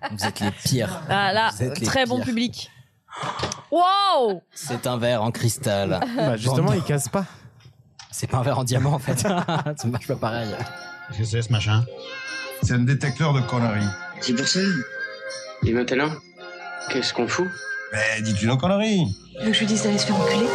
Vous êtes les pires. Ah là, très bon public. Wow! C'est un verre en cristal. Bah justement, il casse pas. C'est pas un verre en diamant en fait. Ça marche pas pareil. Qu'est-ce que c'est ce machin? C'est un détecteur de conneries. C'est pour ça. Et maintenant, qu'est-ce qu'on fout? Mais dis-tu nos conneries? Tu veux que je lui dise d'aller se faire enculer?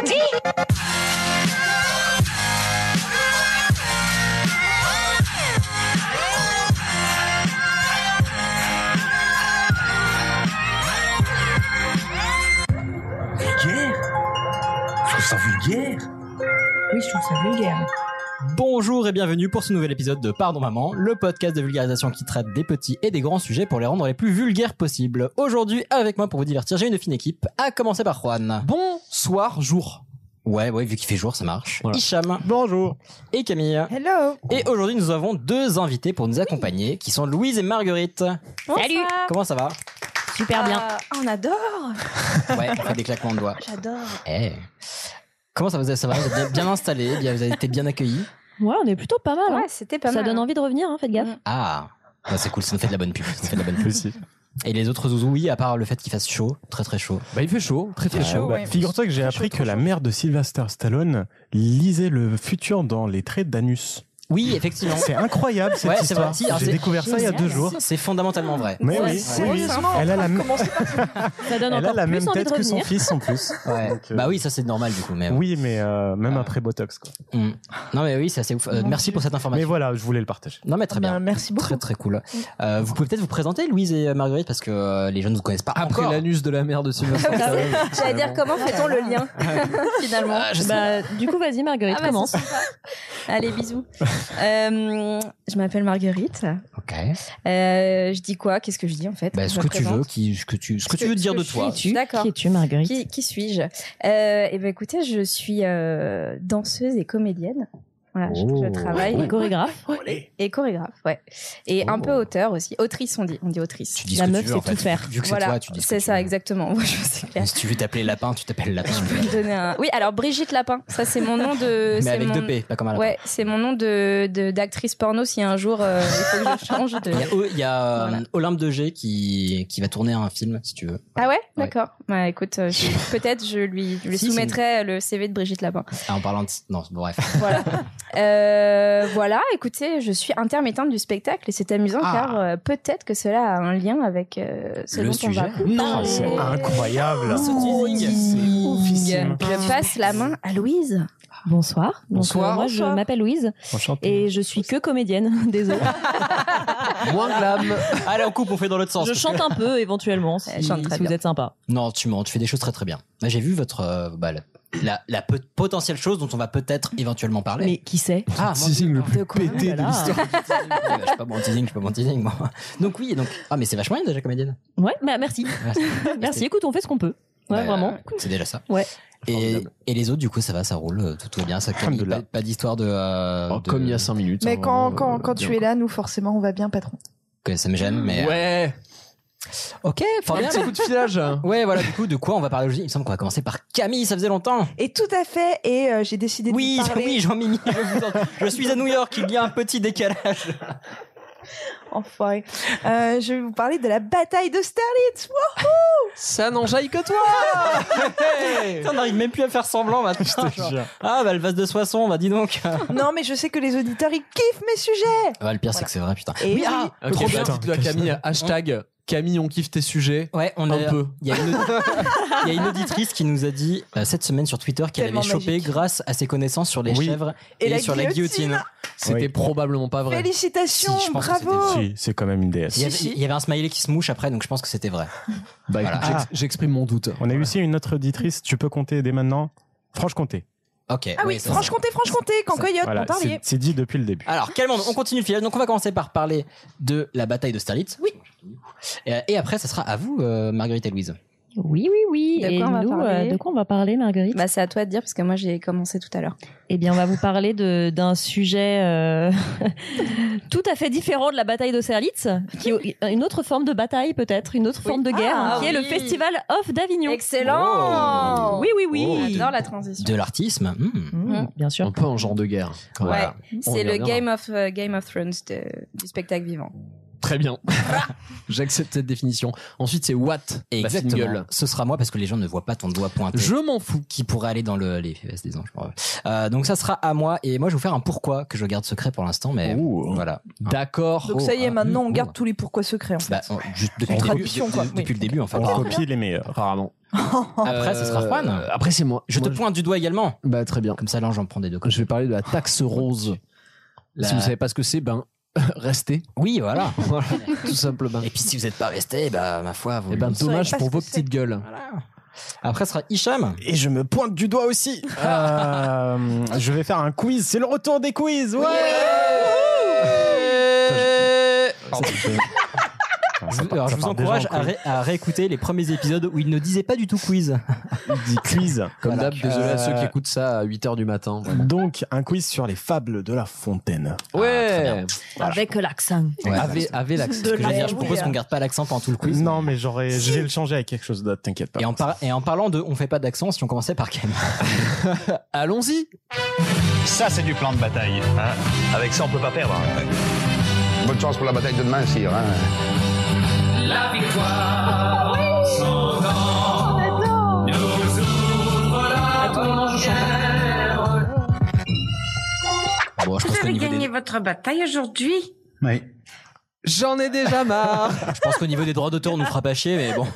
Vulgaire? Je trouve ça vulgaire. Oui, je trouve ça vulgaire. Bonjour et bienvenue pour ce nouvel épisode de Pardon Maman, le podcast de vulgarisation qui traite des petits et des grands sujets pour les rendre les plus vulgaires possibles. Aujourd'hui, avec moi pour vous divertir, j'ai une fine équipe, à commencer par Juan. Bonsoir, jour. Ouais, vu qu'il fait jour, ça marche. Voilà. Hicham. Bonjour. Et Camille. Hello. Et aujourd'hui, nous avons deux invités pour nous accompagner, qui sont Louise et Marguerite. Salut. Comment ça va? Super bien. On adore. Ouais, on fait des claquements de doigts. J'adore. Comment ça va? Ça va? Vous êtes bien installés? Vous avez été bien accueillis? Ouais, on est plutôt pas mal. Ouais, c'était pas mal. Ça donne envie de revenir, faites gaffe. Ah, ouais, c'est cool, ça nous fait de la bonne pub. Aussi. Et les autres zouzous, oui, à part le fait qu'il fasse chaud, très très chaud. Bah, il fait chaud, très très chaud. ouais. Figure-toi que j'ai appris que la mère de Sylvester Stallone lisait le futur dans les traits d'Anus. Oui, effectivement. C'est incroyable cette Ouais, c'est histoire. vrai. Si, alors J'ai c'est découvert ça il y a 2 jours. C'est fondamentalement vrai. Mais Ouais, oui, c'est oui. Elle a la, Ça donne elle a encore la plus même envie de tête que son revenir. fils en plus. Ouais. Donc, Bah oui, ça c'est normal du coup. Mais Oui, mais même après Botox quoi. Non mais oui, c'est assez ouf. Merci pour cette Mais information. voilà, je voulais le partager. Non mais très bien. Merci beaucoup. Très très cool. Vous pouvez peut-être vous présenter, Louise et Marguerite, parce que les jeunes ne vous connaissent pas Après encore. l'anus de la mère de Sylvester Stallone. J'allais dire comment fait-on le lien finalement. Du coup, vas-y, Marguerite, commence. C'est sympa. Allez, bisous. Je m'appelle Marguerite. Ok. Je dis quoi? Qu'est-ce que je dis en fait? Bah, ce Je que me tu veux, présente. ce que tu veux dire de toi. D'accord. Qui es-tu, Marguerite? Qui suis-je? Eh ben écoutez, je suis danseuse et comédienne. Voilà, je travaille. Et chorégraphe. Et chorégraphe, ouais. Et un peu auteur aussi. Autrice, on dit autrice. Tu dis La ce que meuf, tu veux, en c'est tout fait. faire. Vu que c'est Voilà, toi, tu dis ce que c'est tu ça veux. exactement. Moi, je sais clair. Si tu veux t'appeler Lapin, tu t'appelles Lapin. Je peux donner un. Oui, alors Brigitte Lapin, ça c'est mon nom de. Mais c'est avec mon... 2 P, pas comme un lapin. Ouais, c'est mon nom d'actrice porno. Si un jour il faut que je change de. Il y a Voilà. Olympe de G qui va tourner un film, si tu veux. Ah ouais, d'accord. Bah écoute, peut-être je lui Si, soumettrai le CV de Brigitte Lapin. Ah, en parlant de... Non, bref. Voilà. Voilà, écoutez, je suis intermittente du spectacle et c'est amusant car peut-être que cela a un lien avec ce Le dont sujet. on va parler. Non, C'est incroyable. Ce teasing. oufissime. Je passe la main à Louise. Bonsoir. Donc, Bonsoir. moi, je m'appelle Louise Enchanté. et je suis que comédienne. Désolée. Moins glam. Allez, on coupe, on fait dans l'autre sens. Je parce chante un peu éventuellement si, Elle chante très si vous bien. êtes sympa. que- Non, tu mens, tu fais des choses très très bien. Là, j'ai vu votre... la potentielle chose dont on va peut-être éventuellement parler. Mais qui sait? Ah, moi, Teasing le De plus quoi? pété Oh de là là. l'histoire. je suis pas bon en teasing, moi. Donc oui, donc... Ah, mais c'est vachement bien déjà, comédienne. Ouais, bah merci. Merci. Écoute, on fait ce qu'on peut. Ouais, Bah, vraiment. C'est déjà ça. Ouais. Et les autres, du coup, ça va, ça roule, tout va bien. Ça Camille, Alhamdoulilah. pas d'histoire de... Comme il y a 5 minutes. Mais hein, quand bien, tu es là, nous, forcément, on va bien, patron. Que ça me gêne, mais... Ouais. Ok, fort Un bien. petit coup de filage. Ouais, voilà, du coup, de quoi on va parler aujourd'hui? Il me semble qu'on va commencer par Camille, ça faisait longtemps. Et tout à fait, et j'ai décidé de Oui, vous parler... oui, Jean-Mimi, je suis à New York, il y a un petit décalage. Enfoiré. Je vais vous parler de la bataille d'Austerlitz. Wouhou. Ça n'enjaille que toi. Putain, on n'arrive même plus à faire semblant maintenant. Je te jure. Ah, bah, le vase de Soissons, bah, dis donc. Non, mais je sais que les auditeurs, ils kiffent mes sujets. Ouais, le pire, c'est que c'est vrai, putain. Et Oui, oui. ah, Trop bien, putain, dites-le à Camille. Hashtag Camille, on kiffe tes sujets. ouais, on Un a, peu. il y a une auditrice qui nous a dit cette semaine sur Twitter qu'elle Tellement avait chopé magique. grâce à ses connaissances sur les Oui. chèvres Et et, la sur la guillotine. C'était Oui. probablement pas vrai. Félicitations, Si, je pense que bravo. Si, c'est quand même une déesse. Il y avait un smiley qui se mouche après, donc je pense que c'était vrai. Bah, Voilà. écoute, j'exprime mon doute. On a eu aussi une autre auditrice, tu peux compter dès maintenant. Franche-Comté. Ok. Ah oui, ça- Franche-Comté, Cancoyote, Voilà, Pontarlier. c'est dit depuis le début. Alors, quel monde? On continue le filage. Donc, on va commencer par parler de la bataille d'Austerlitz. Oui. Et après, ça sera à vous, Marguerite et Louise. Oui. De Et quoi on va nous, parler de quoi on va parler, Marguerite? Bah c'est à toi de dire parce que moi j'ai commencé tout à l'heure. Eh bien, on va vous parler d'un sujet tout à fait différent de la bataille d'Austerlitz, qui est une autre forme de bataille peut-être, une autre forme de guerre, Ah, qui est le oui. Festival Off d'Avignon. Excellent. Oui. J'adore la transition. De l'artisme. Bien sûr. Un peu un genre de guerre. Ouais, On c'est y le reviendra. Game of Thrones du spectacle vivant. Très bien. J'accepte cette définition. Ensuite, c'est what? Exactement. Gueule. Ce sera moi parce que les gens ne voient pas ton doigt pointé. Je m'en fous. Qui pourrait aller dans les fesses des anges. Donc ça sera à moi et moi je vais vous faire un pourquoi que je garde secret pour l'instant, mais voilà. D'accord. Donc ça y est, maintenant on garde tous les pourquoi secrets en fait. Juste depuis, depuis le début en fait. On copie les meilleurs. Rarement. Après, ce sera Juan. Après, c'est moi. Je te pointe du doigt également. Bah, très bien. Comme ça, là, j'en prends des deux côtés. Je vais parler de la taxe rose. Si vous savez pas ce que c'est, ben, restez. Oui, voilà. Voilà, tout simplement. Et puis, si vous n'êtes pas resté, bah, ma foi, vous. Et ben, dommage pour vos petites gueules. Voilà. Après, ce sera Hicham. Et je me pointe du doigt aussi. Je vais faire un quiz. C'est le retour des quiz. Ouais. Alors, je vous encourage à réécouter les premiers épisodes où il ne disait pas du tout quiz. Il dit quiz. Comme d'hab, désolé à ceux qui écoutent ça à 8h du matin. Voilà. Donc, un quiz sur les fables de La Fontaine. Ouais. Avec l'accent. Ouais, avec l'accent. Je propose qu'on garde pas l'accent pendant tout le quiz. Non, mais je vais le changer avec quelque chose d'autre, t'inquiète pas. Et en parlant de on fait pas d'accent, si on commençait par Ken. Allons-y. Ça, c'est du plan de bataille. Hein. Avec ça, on peut pas perdre. Bonne chance pour la bataille de demain, sire. Hein. La victoire en son nom nous ouvre la barrière. Bon, je pense Vous qu'au avez niveau gagné des... votre bataille aujourd'hui? Oui. J'en ai déjà marre. Je pense qu'au niveau des droits d'auteur, on nous fera pas chier, mais bon.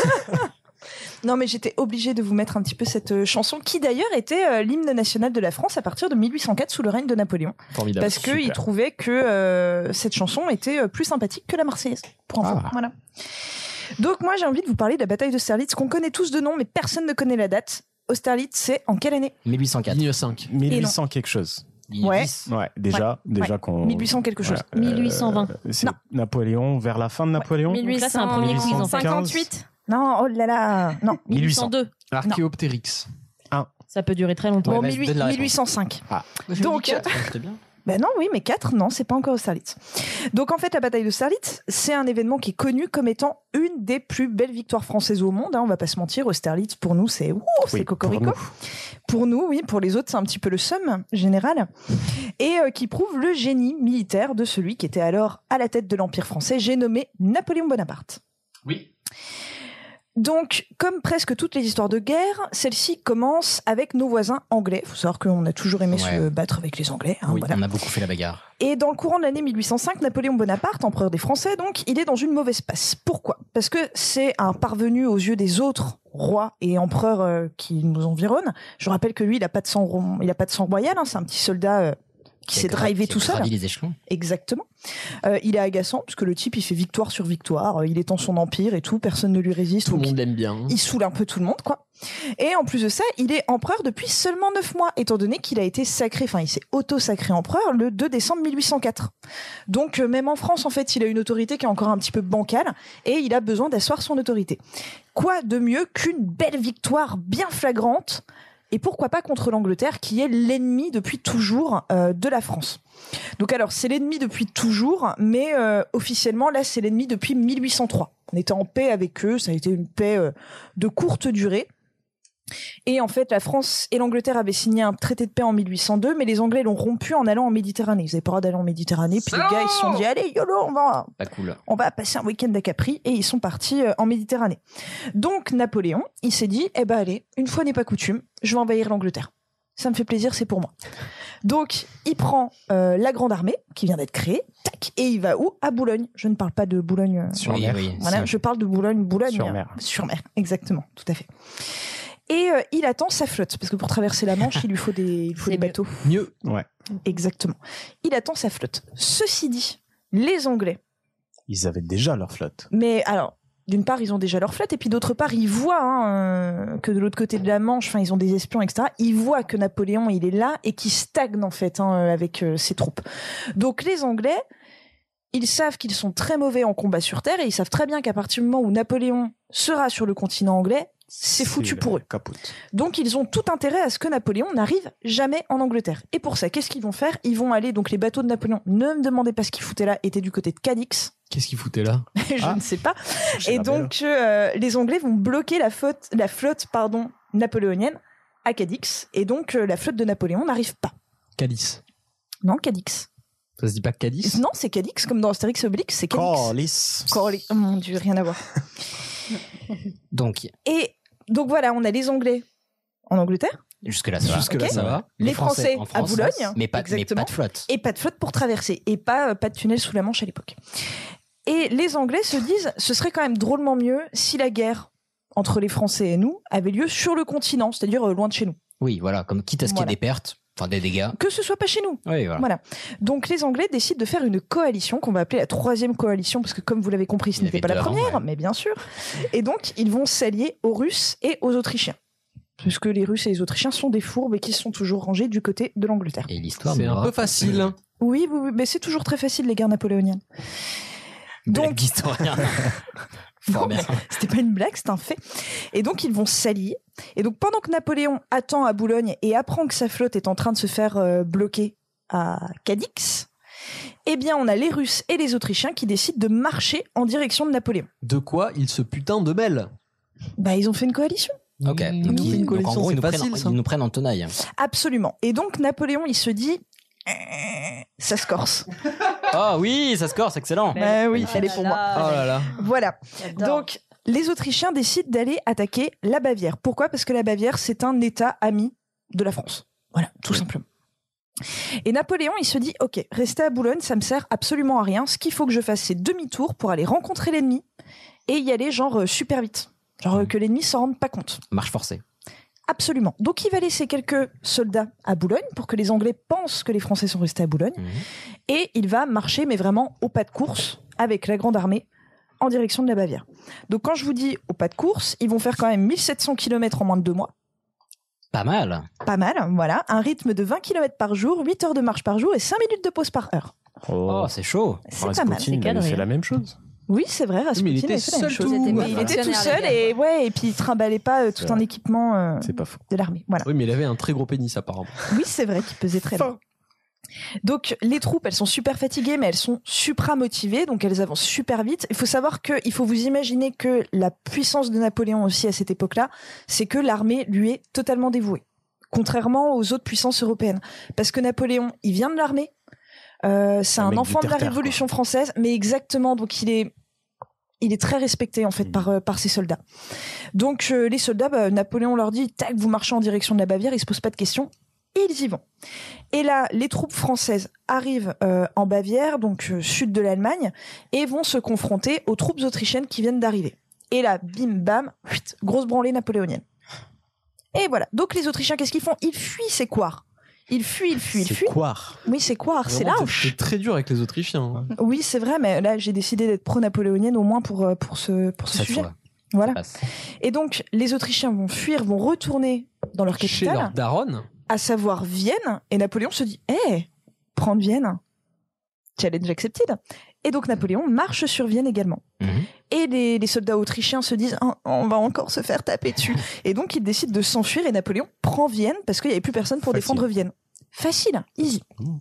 Non, mais j'étais obligée de vous mettre un petit peu cette chanson qui d'ailleurs était l'hymne national de la France à partir de 1804 sous le règne de Napoléon. Formidable. Parce qu'il trouvait que cette chanson était plus sympathique que la Marseillaise. Pour info. Voilà. Donc moi j'ai envie de vous parler de la bataille d'Austerlitz qu'on connaît tous de nom mais personne ne connaît la date. Austerlitz c'est en quelle année? 1804. 1805. 1800 quelque chose. Ouais. Ouais, déjà qu'on. 1800 quelque chose. 1820. C'est Non. Napoléon, vers la fin de Napoléon. Ça, c'est un premier quiz, en fait. 58. Non, oh là là. Non. 1802. Archéoptérix. Ça peut durer très longtemps. Bon, Ouais, mais donne la réponse. 1805. Je Donc, dis quatre, c'était bien. Ben non, oui, mais 4, non, c'est pas encore Austerlitz. Donc en fait, la bataille d'Austerlitz, c'est un événement qui est connu comme étant une des plus belles victoires françaises au monde. Hein, on va pas se mentir, Austerlitz, pour nous, c'est c'est cocorico. Pour nous, oui, pour les autres, c'est un petit peu le seum général. Et qui prouve le génie militaire de celui qui était alors à la tête de l'Empire français, j'ai nommé Napoléon Bonaparte. Oui. Donc, comme presque toutes les histoires de guerre, celle-ci commence avec nos voisins anglais. Il faut savoir qu'on a toujours aimé se battre avec les Anglais. Hein, Oui, voilà. on a beaucoup fait la bagarre. Et dans le courant de l'année 1805, Napoléon Bonaparte, empereur des Français, donc, il est dans une mauvaise passe. Pourquoi? Parce que c'est un parvenu aux yeux des autres rois et empereurs qui nous environnent. Je rappelle que lui, il a pas de sang royal, hein, c'est un petit soldat qui s'est drivé tout seul. Les échelons. Exactement. Il est agaçant parce que le type il fait victoire sur victoire, il étend son empire et tout, personne ne lui résiste. Tout le monde l'aime bien. Il saoule un peu tout le monde, quoi. Et en plus de ça, il est empereur depuis seulement 9 mois, étant donné qu'il a été sacré, enfin il s'est auto-sacré empereur le 2 décembre 1804. Donc même en France, en fait, il a une autorité qui est encore un petit peu bancale et il a besoin d'asseoir son autorité. Quoi de mieux qu'une belle victoire bien flagrante? Et pourquoi pas contre l'Angleterre, qui est l'ennemi depuis toujours de la France. Donc alors, c'est l'ennemi depuis toujours, mais officiellement, là, c'est l'ennemi depuis 1803. On était en paix avec eux, ça a été une paix de courte durée. Et en fait, la France et l'Angleterre avaient signé un traité de paix en 1802, mais les Anglais l'ont rompu en allant en Méditerranée. Ils avaient pas le droit d'aller en Méditerranée, puis les gars, ils se sont dit, allez, YOLO, on va passer un week-end à Capri, et ils sont partis en Méditerranée. Donc, Napoléon, il s'est dit, eh ben allez, une fois n'est pas coutume, je vais envahir l'Angleterre. Ça me fait plaisir, c'est pour moi. Donc, il prend la Grande Armée, qui vient d'être créée, tac, et il va où? À Boulogne. Je ne parle pas de Boulogne. Sur mer. Voilà, je parle de Boulogne. Sur mer. Sur mer, exactement, tout à fait. Et il attend sa flotte, parce que pour traverser la Manche, il lui faut des bateaux. Mieux. Ouais. Exactement. Il attend sa flotte. Ceci dit, les Anglais. Ils avaient déjà leur flotte. Mais alors, d'une part, ils ont déjà leur flotte, et puis d'autre part, ils voient que de l'autre côté de la Manche, enfin, ils ont des espions, etc. Ils voient que Napoléon, il est là, et qu'il stagne, en fait, avec ses troupes. Donc, les Anglais, ils savent qu'ils sont très mauvais en combat sur terre, et ils savent très bien qu'à partir du moment où Napoléon sera sur le continent anglais, c'est foutu pour eux. Capote. Donc ils ont tout intérêt à ce que Napoléon n'arrive jamais en Angleterre. Et pour ça, qu'est-ce qu'ils vont faire? Ils vont aller, donc les bateaux de Napoléon, ne me demandez pas ce qu'ils foutaient là, étaient du côté de Cadix. Qu'est-ce qu'ils foutaient là? Je ne sais pas. Et donc les Anglais vont bloquer la flotte napoléonienne à Cadix. Et donc la flotte de Napoléon n'arrive pas. Cadiz. Non, Cadix. Ça se dit pas Cadix? Non, c'est Cadix, comme dans Astérix et Obélix, c'est Cadix. Corlys. Oh mon Dieu, rien à voir. Donc, Et donc voilà, on a les Anglais en Angleterre. jusque-là, ça va. Jusque-là, Ok. ça va. Les Français en à France, Boulogne. mais pas de flotte. Et pas de flotte pour traverser. Et pas de tunnel sous la Manche à l'époque. Et les Anglais se disent, ce serait quand même drôlement mieux si la guerre entre les Français et nous avait lieu sur le continent, c'est-à-dire loin de chez nous. Oui, voilà, comme quitte à ce qu'il y ait Voilà. des pertes, enfin des dégâts. Que ce soit pas chez nous. Oui, voilà. Voilà. Donc les Anglais décident de faire une coalition qu'on va appeler la 3e coalition, parce que comme vous l'avez compris, ce Il y n'était avait pas la deux avant, première, ouais. mais bien sûr. Et donc ils vont s'allier aux Russes et aux Autrichiens. Puisque les Russes et les Autrichiens sont des fourbes et qui sont toujours rangés du côté de l'Angleterre. Et l'histoire C'est nous un aura- peu facile. Oui, mais c'est toujours très facile les guerres napoléoniennes. Blague Donc, d'historien. Fort bien. c'était pas une blague, c'est un fait. Et donc ils vont s'allier. Et donc pendant que Napoléon attend à Boulogne et apprend que sa flotte est en train de se faire bloquer à Cadix, eh bien on a les Russes et les Autrichiens qui décident de marcher en direction de Napoléon. De quoi il se putain de mêle? Bah ils ont fait une coalition. Ok, donc, Une donc, en coalition, gros, c'est ils facile, ça. nous prennent en tenaille. Absolument. Et donc Napoléon il se dit ça se corse. Oh oui, ça se corse, excellent. Bah oui, elle est pour moi. Oh là là. Voilà. J'adore. Donc, les Autrichiens décident d'aller attaquer la Bavière. Pourquoi ? Parce que la Bavière, c'est un État ami de la France. Voilà, tout simplement. Et Napoléon, il se dit, ok, rester à Boulogne, ça me sert absolument à rien. Ce qu'il faut que je fasse, c'est demi-tour pour aller rencontrer l'ennemi et y aller genre super vite. Genre que l'ennemi s'en rende pas compte. Marche forcée. Absolument. Donc il va laisser quelques soldats à Boulogne pour que les Anglais pensent que les Français sont restés à Boulogne. Et il va marcher, mais vraiment au pas de course, avec la grande armée, en direction de la Bavière. Donc quand je vous dis au pas de course, ils vont faire quand même 1700 km en moins de 2 mois. Pas mal. Pas mal, voilà. Un rythme de 20 km par jour, 8 heures de marche par jour et 5 minutes de pause par heure. Oh, c'est chaud. C'est pas mal. Rasputin, il avait fait la même chose. Oui, c'est vrai, Rasputin Mais il était avait fait la même seul chose. tout. Mais il était tout seul et puis il trimballait pas tout un équipement C'est pas faux. de l'armée. Voilà. Oui, mais il avait un très gros pénis apparemment. Oui, c'est vrai qu'il pesait très lourd. Donc les troupes, elles sont super fatiguées, mais elles sont supra motivées, donc elles avancent super vite. Il faut savoir il faut vous imaginer que la puissance de Napoléon aussi à cette époque-là, c'est que l'armée lui est totalement dévouée, contrairement aux autres puissances européennes. Parce que Napoléon, il vient de l'armée, c'est un mec enfant du de la terre-terre, Révolution française, mais exactement, donc il est très respecté en fait par ses soldats. Donc les soldats, Napoléon leur dit, tac, vous marchez en direction de la Bavière, ils se posent pas de questions. Et ils y vont. Et là, les troupes françaises arrivent en Bavière, donc sud de l'Allemagne, et vont se confronter aux troupes autrichiennes qui viennent d'arriver. Et là, bim bam, grosse branlée napoléonienne. Et voilà. Donc les Autrichiens, qu'est-ce qu'ils font ? Ils fuient ces couards. Ils fuient. C'est Coire. Oui, c'est couards, c'est Vraiment, lâche. c'est très dur avec les Autrichiens. hein. Oui, c'est vrai, mais là, j'ai décidé d'être pro-napoléonienne au moins pour ce Cette sujet. fois. Voilà. Ça passe. Et donc, les Autrichiens vont fuir, vont retourner dans leur Chez capitale. leur daronne. À savoir Vienne, et Napoléon se dit prendre Vienne, challenge accepted. Et donc Napoléon marche sur Vienne également. Et les soldats autrichiens se disent on va encore se faire taper dessus. Et donc ils décident de s'enfuir et Napoléon prend Vienne parce qu'il n'y avait plus personne pour défendre Vienne. Facile, easy.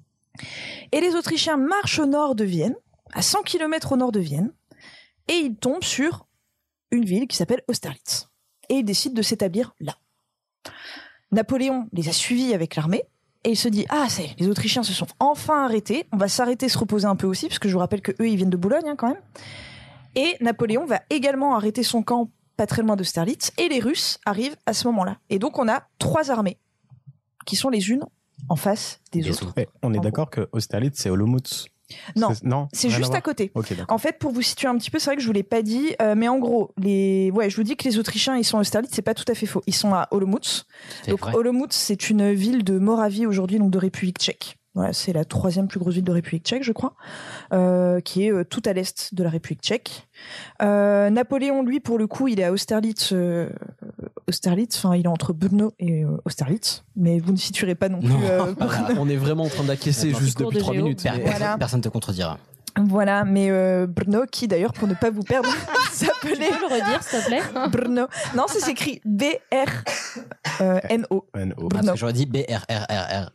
Et les Autrichiens marchent au nord de Vienne, à 100 km au nord de Vienne, et ils tombent sur une ville qui s'appelle Austerlitz. Et ils décident de s'établir là. Napoléon les a suivis avec l'armée et il se dit les Autrichiens se sont enfin arrêtés, on va s'arrêter, se reposer un peu aussi parce que je vous rappelle que eux ils viennent de Boulogne quand même. Et Napoléon va également arrêter son camp pas très loin d'Austerlitz et les Russes arrivent à ce moment-là. Et donc on a 3 armées qui sont les unes en face des autres. Et on est d'accord que Austerlitz c'est Olomouc. Non, c'est rien à juste voir. à côté. Ok, d'accord. En fait, pour vous situer un petit peu, c'est vrai que je vous l'ai pas dit, mais en gros, je vous dis que les Autrichiens, ils sont à Austerlitz, c'est pas tout à fait faux. Ils sont à Olomouc. Donc vrai. Olomouc, c'est une ville de Moravie aujourd'hui, donc de République tchèque. Voilà, c'est la 3e plus grosse ville de République tchèque, je crois, qui est tout à l'est de la République tchèque. Napoléon, lui, pour le coup, il est à Austerlitz. Enfin, il est entre Brno et Austerlitz, mais vous ne situerez pas non plus. On est vraiment en train d'acquiescer juste depuis 3 minutes. Personne te contredira. Voilà, mais Brno, qui d'ailleurs, pour ne pas vous perdre, s'appelait... Tu peux le redire, s'il te plaît? Brno. Non, ça s'écrit B-R-N-O. Parce que j'aurais dit B-R-R-R-R.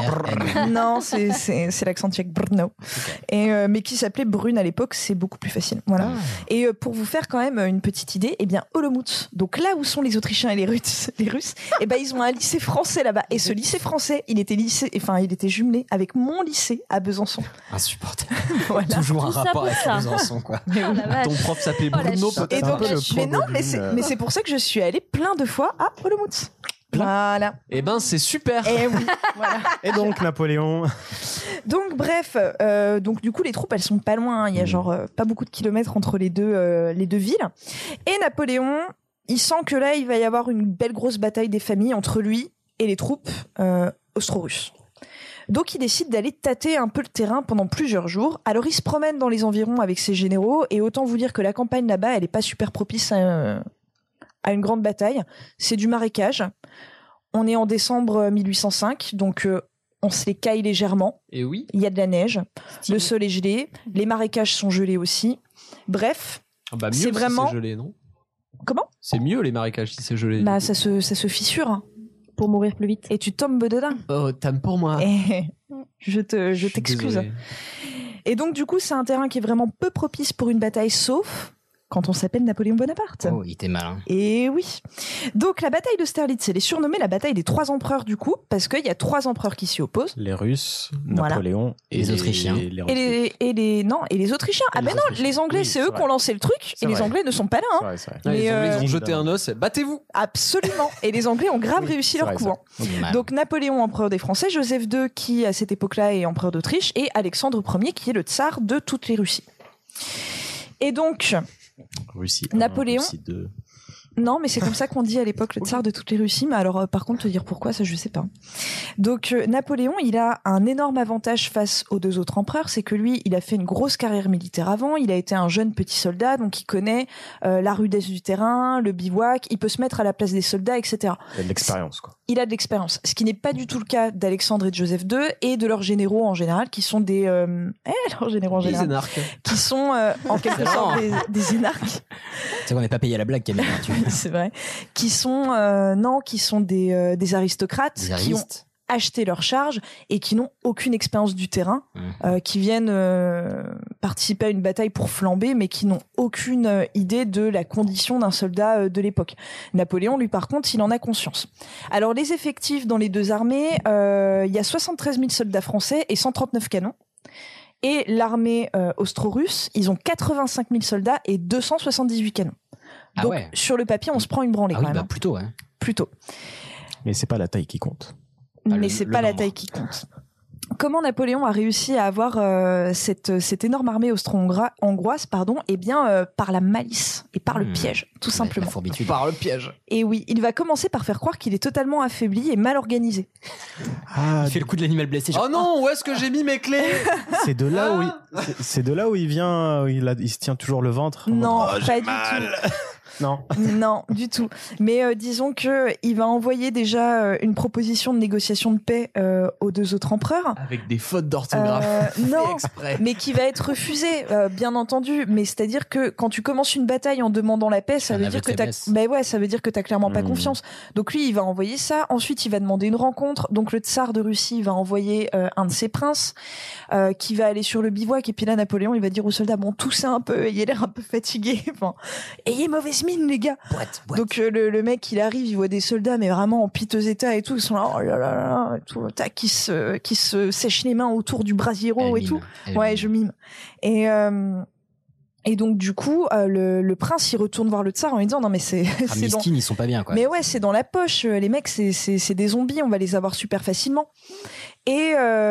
Non, c'est l'accent tchèque, Brno. Et, mais qui s'appelait Brune à l'époque, c'est beaucoup plus facile. Voilà. Et pour vous faire quand même une petite idée, eh bien, Olomouc, donc là où sont les Autrichiens et les Russes, eh ben, ils ont un lycée français là-bas. Et ce lycée français, il était jumelé avec mon lycée à Besançon. Insupportable. Voilà. Toujours un Tout ça rapport pour avec ça. Besançon, quoi. Ton prof s'appelait Bruno, Et peut-être. donc, un peu le mais c'est pour ça que je suis allée plein de fois à Olomouc. Voilà. Eh ben, c'est super. Et oui, voilà. Et donc, Napoléon. Donc bref, donc du coup les troupes elles sont pas loin, hein. Il y a genre pas beaucoup de kilomètres entre les deux villes. Et Napoléon, il sent que là il va y avoir une belle grosse bataille des familles entre lui et les troupes austro-russes. Donc il décide d'aller tâter un peu le terrain pendant plusieurs jours. Alors il se promène dans les environs avec ses généraux et autant vous dire que la campagne là-bas elle est pas super propice à une grande bataille. C'est du marécage. On est en décembre 1805, donc on se les caille légèrement. Et oui. Il y a de la neige, le sol est gelé, les marécages sont gelés aussi. Bref, Mieux c'est si vraiment... c'est gelé, non? Comment? C'est mieux les marécages si c'est gelé. Bah ça se fissure. Hein. Pour mourir plus vite. Et tu tombes dedans. Oh, t'aimes pour moi. Et je suis t'excuse. désolé. Et donc du coup, c'est un terrain qui est vraiment peu propice pour une bataille, sauf quand on s'appelle Napoléon Bonaparte. Oh, il était malin. Et oui. Donc la bataille d'Austerlitz, elle est surnommée la bataille des 3 empereurs du coup, parce qu'il y a 3 empereurs qui s'y opposent. Les Russes, Voilà. Napoléon et Les Autrichiens. Et les Autrichiens. Ah les ben non, Autrichiens. les Anglais, Oui, c'est c'est eux vrai. qui ont lancé le truc, C'est et les vrai. Anglais ne sont pas là. Hein. C'est vrai. Ah, les Mais, Anglais, ils ont jeté évidemment. un os. Battez-vous. Absolument. Et les Anglais ont grave réussi c'est leur vrai, coup. ça. Hein. Mal. Donc Napoléon, empereur des Français, Joseph II, qui à cette époque-là est empereur d'Autriche, et Alexandre Ier, qui est le tsar de toutes les Russies. Et donc, Russie. Napoléon. Russie 2. non, mais c'est comme ça qu'on dit à l'époque le tsar de toutes les Russies. Mais alors, par contre, te dire pourquoi, ça, je sais pas. Donc, Napoléon, il a un énorme avantage face aux 2 autres empereurs, c'est que lui, il a fait une grosse carrière militaire avant. Il a été un jeune petit soldat, donc il connaît la rudesse du terrain, le bivouac. Il peut se mettre à la place des soldats, etc. Il y a de l'expérience, quoi. Il a de l'expérience, ce qui n'est pas du tout le cas d'Alexandre et de Joseph II et de leurs généraux en général, qui sont des leurs généraux en Les général, énarques. qui sont en quelque C'est sorte marrant. des énarques. C'est qu'on n'est pas payé à la blague, Camille. hein, C'est vrai, qui sont des aristocrates Des qui ont aristes. acheté leur charge et qui n'ont aucune expérience du terrain, qui viennent participer à une bataille pour flamber, mais qui n'ont aucune idée de la condition d'un soldat de l'époque. Napoléon, lui, par contre, il en a conscience. Alors, les effectifs dans les 2 armées, il y a 73 000 soldats français et 139 canons. Et l'armée austro-russe, ils ont 85 000 soldats et 278 canons. Ah Donc, ouais. sur le papier, on se prend une branlée Ah quand oui, même. bah plutôt, ouais. Plutôt. Mais c'est pas la taille qui compte. Ah, Mais le- c'est le pas la nombre. taille qui compte. Comment Napoléon a réussi à avoir cette énorme armée austro-hongroise, Eh bien, par la malice et par le piège, tout simplement. La fourbitude. Par le piège. Et oui, il va commencer par faire croire qu'il est totalement affaibli et mal organisé. Ah, Il fait le coup de l'animal blessé. genre, Oh non, où est-ce que j'ai mis mes clés? c'est de là où c'est de là où il vient, où il se tient toujours le ventre. en Non, mode, oh, j'ai pas du mal. Non. Non, du tout. Mais disons que il va envoyer déjà une proposition de négociation de paix aux 2 autres empereurs. Avec des fautes d'orthographe. Fait Non, exprès. mais qui va être refusé, bien entendu. Mais c'est-à-dire que quand tu commences une bataille en demandant la paix, ça Un veut aveu dire de que t'as, faiblesse. bah ouais, ça veut dire que t'as clairement pas Mmh. confiance. Donc lui, il va envoyer ça. Ensuite, il va demander une rencontre. Donc le tsar de Russie va envoyer un de ses princes qui va aller sur le bivouac. Et puis là, Napoléon, il va dire aux soldats, bon, toussez un peu, ayez l'air un peu fatigué. Enfin, ayez mauvaise mine, les gars. Boîte. Donc le mec, il arrive, il voit des soldats, mais vraiment en piteux état et tout. Ils sont là, oh là là là, et tout, tac, qui se sèchent les mains autour du brasiero Elle et mime. tout. Elle Ouais, mime. je mime. Et donc du coup, le prince, il retourne voir le tsar en lui disant, non mais c'est Ah, c'est dans... Miskin, ils sont pas bien, quoi. Mais ouais, c'est dans la poche. Les mecs, c'est des zombies. On va les avoir super facilement. Et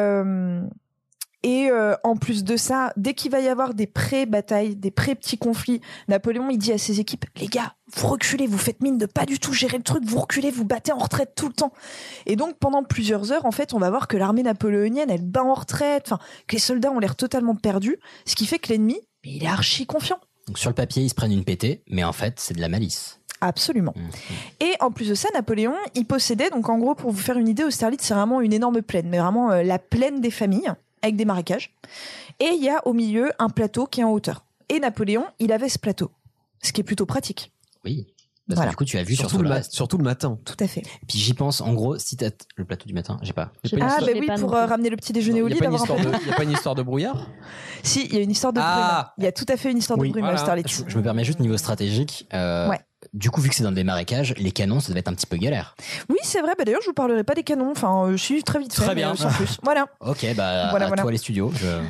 en plus de ça, dès qu'il va y avoir des pré-batailles, des pré-petits conflits, Napoléon, il dit à ses équipes, les gars, vous reculez, vous faites mine de pas du tout gérer le truc, vous reculez, vous battez en retraite tout le temps. Et donc, pendant plusieurs heures, en fait, on va voir que l'armée napoléonienne, elle bat en retraite, enfin, que les soldats ont l'air totalement perdus, ce qui fait que l'ennemi, il est archi confiant. Donc sur le papier, ils se prennent une pétée, mais en fait, c'est de la malice. Absolument. Et en plus de ça, Napoléon, il possédait, donc en gros, pour vous faire une idée, Austerlitz, c'est vraiment une énorme plaine, mais vraiment la plaine des familles. avec des marécages. Et il y a au milieu un plateau qui est en hauteur. Et Napoléon, il avait ce plateau, ce qui est plutôt pratique. Oui. Parce que du coup, tu as vu surtout le matin. Tout à fait. Et puis j'y pense, en gros, si t'as le plateau du matin, j'ai pas. Ah, bah oui, pour ramener le petit déjeuner au lit. Il n'y a pas une histoire de brouillard? Si, il y a une histoire de brume. Il y a tout à fait une histoire de brume à Austerlitz. Je me permets juste niveau stratégique. Du coup, vu que c'est dans des marécages, les canons, ça devait être un petit peu galère. Oui, c'est vrai. Bah, d'ailleurs, je vous parlerai pas des canons. Enfin, je suis très vite fait. Très bien. Sans plus. Voilà. Ok, bah, voilà. toi les studios.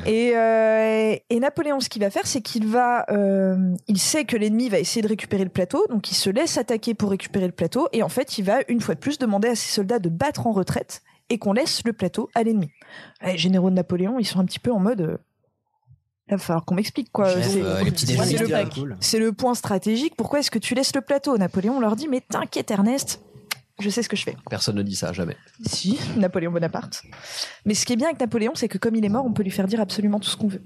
Et Napoléon, ce qu'il va faire, c'est qu'il va, il sait que l'ennemi va essayer de récupérer le plateau, donc il se laisse attaquer pour récupérer le plateau, et en fait, il va une fois de plus demander à ses soldats de battre en retraite et qu'on laisse le plateau à l'ennemi. Les généraux de Napoléon, ils sont un petit peu en mode. Il va falloir qu'on m'explique quoi. C'est le point stratégique. Pourquoi est-ce que tu laisses le plateau? Napoléon leur dit mais t'inquiète Ernest, je sais ce que je fais. Personne ne dit ça, jamais. Si, Napoléon Bonaparte. Mais ce qui est bien avec Napoléon, c'est que comme il est mort, on peut lui faire dire absolument tout ce qu'on veut.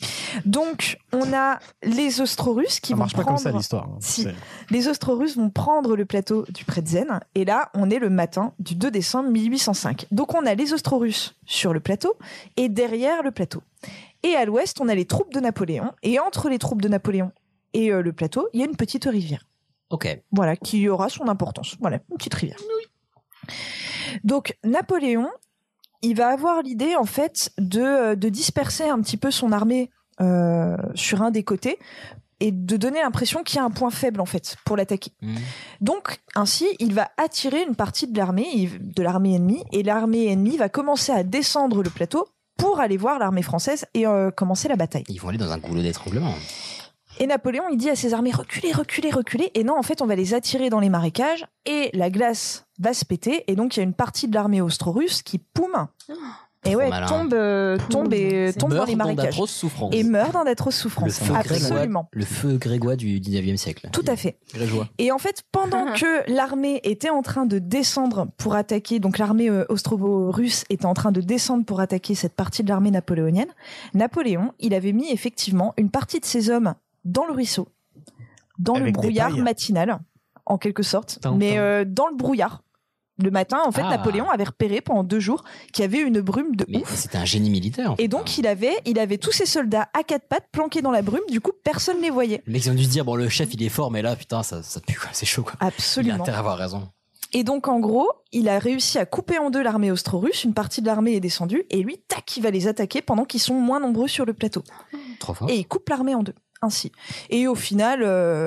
Donc, on a les Austro-Russes qui vont prendre... Ça marche pas comme ça l'histoire. Si. Les Austro-Russes vont prendre le plateau du Pratzen, et là, on est le matin du 2 décembre 1805. Donc, on a les Austro-Russes sur le plateau, et derrière le plateau. Et à l'ouest, on a les troupes de Napoléon, et entre les troupes de Napoléon et le plateau, il y a une petite rivière. Ok. Voilà, qui aura son importance. Voilà, une petite rivière. Oui. Donc, Napoléon, il va avoir l'idée, en fait, de disperser un petit peu son armée sur un des côtés et de donner l'impression qu'il y a un point faible, en fait, pour l'attaquer. Donc, ainsi, il va attirer une partie de l'armée ennemie, et l'armée ennemie va commencer à descendre le plateau pour aller voir l'armée française et commencer la bataille. Ils vont aller dans un goulot d'étranglement. Et Napoléon, il dit à ses armées, reculez, reculez, reculez. Et non, en fait, on va les attirer dans les marécages et la glace va se péter. Et donc, il y a une partie de l'armée austro-russe qui, poum, et ouais, tombe dans les marécages. Et meurt dans d'atroces souffrances. Absolument. Le feu grégois du 19e siècle. Tout à fait. Grégeois. Et en fait, pendant que l'armée était en train de descendre pour attaquer, donc l'armée austro-russe était en train de descendre pour attaquer cette partie de l'armée napoléonienne, Napoléon, il avait mis effectivement une partie de ses hommes dans le ruisseau, dans le brouillard matinal, en quelque sorte, mais dans le brouillard. Le matin, en fait, Napoléon avait repéré pendant 2 jours qu'il y avait une brume de ouf. C'était un génie militaire. En fait. Et donc, il avait tous ses soldats à 4 pattes planqués dans la brume. Du coup, personne ne les voyait. Les mecs ont dû se dire, bon, le chef, il est fort, mais là, putain, ça pue, quoi. C'est chaud, quoi. Absolument. Il a intérêt à avoir raison. Et donc, en gros, il a réussi à couper en deux l'armée austro-russe. Une partie de l'armée est descendue. Et lui, tac, il va les attaquer pendant qu'ils sont moins nombreux sur le plateau. Trop fort. Et il coupe l'armée en deux. Ainsi. Et au final,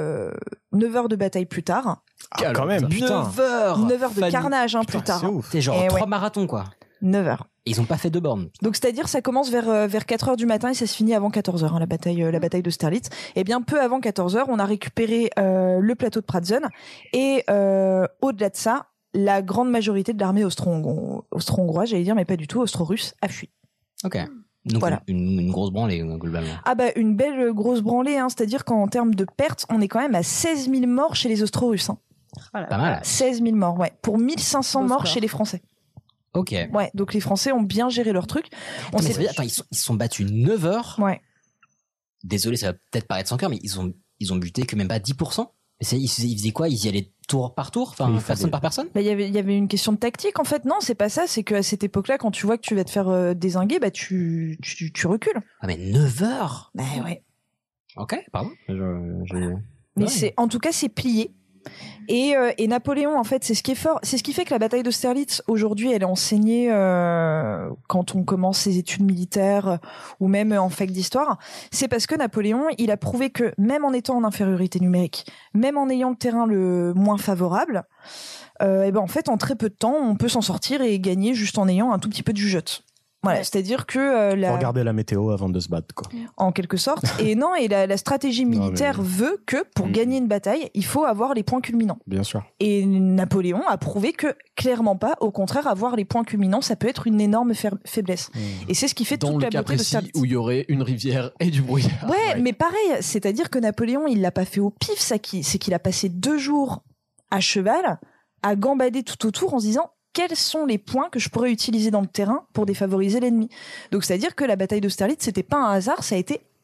9 heures de bataille plus tard. Quand même, putain. 9 heures de carnage plus tard. C'est genre 3 marathons, quoi. 9 heures. Et ils ont pas fait 2 bornes. Donc, c'est-à-dire, ça commence vers 4 heures du matin et ça se finit avant 14 heures, la bataille d'Austerlitz. Et bien, peu avant 14 heures, on a récupéré le plateau de Pratzen. Et au-delà de ça, la grande majorité de l'armée austro-hongroise, j'allais dire, mais pas du tout, austro-russe, a fui. Ok. Donc voilà. une grosse branlée, globalement. Ah bah, une belle grosse branlée, hein. C'est-à-dire qu'en termes de pertes, on est quand même à 16 000 morts chez les Austro-Russes. Hein. Pas mal. 16 000 morts, ouais. Pour 1500 morts chez les Français. Ok. Ouais, donc les Français ont bien géré leur truc. Attends, ils se sont battus 9 heures. Ouais. Désolé, ça va peut-être paraître sans cœur, mais ils ont buté que même pas 10%. Ils faisaient quoi? Ils y allaient tour par tour, enfin personne par personne. Bah, il y avait une question de tactique en fait. Non, c'est pas ça. C'est qu'à cette époque-là, quand tu vois que tu vas te faire dézinguer, bah tu recules. Ah mais 9 heures. Bah ouais. Ok, pardon. Mais c'est en tout cas c'est plié. Et Napoléon, en fait, c'est ce qui est fort. C'est ce qui fait que la bataille d'Austerlitz, aujourd'hui, elle est enseignée quand on commence ses études militaires ou même en fac d'histoire. C'est parce que Napoléon, il a prouvé que même en étant en infériorité numérique, même en ayant le terrain le moins favorable, et ben en fait, en très peu de temps, on peut s'en sortir et gagner juste en ayant un tout petit peu de jugeote. Voilà, c'est-à-dire que regarder la météo avant de se battre, quoi. En quelque sorte. Et non, et la stratégie militaire veut que pour gagner une bataille, il faut avoir les points culminants. Bien sûr. Et Napoléon a prouvé que clairement pas. Au contraire, avoir les points culminants, ça peut être une énorme faiblesse. Et c'est ce qui fait toute la beauté de Austerlitz. Où il y aurait une rivière et du brouillard. Ouais, mais pareil, c'est-à-dire que Napoléon, il l'a pas fait au pif, c'est qu'il a passé 2 jours à cheval à gambader tout autour en se disant quels sont les points que je pourrais utiliser dans le terrain pour défavoriser l'ennemi. Donc c'est-à-dire que la bataille d'Austerlitz, c'était pas un hasard, ça a été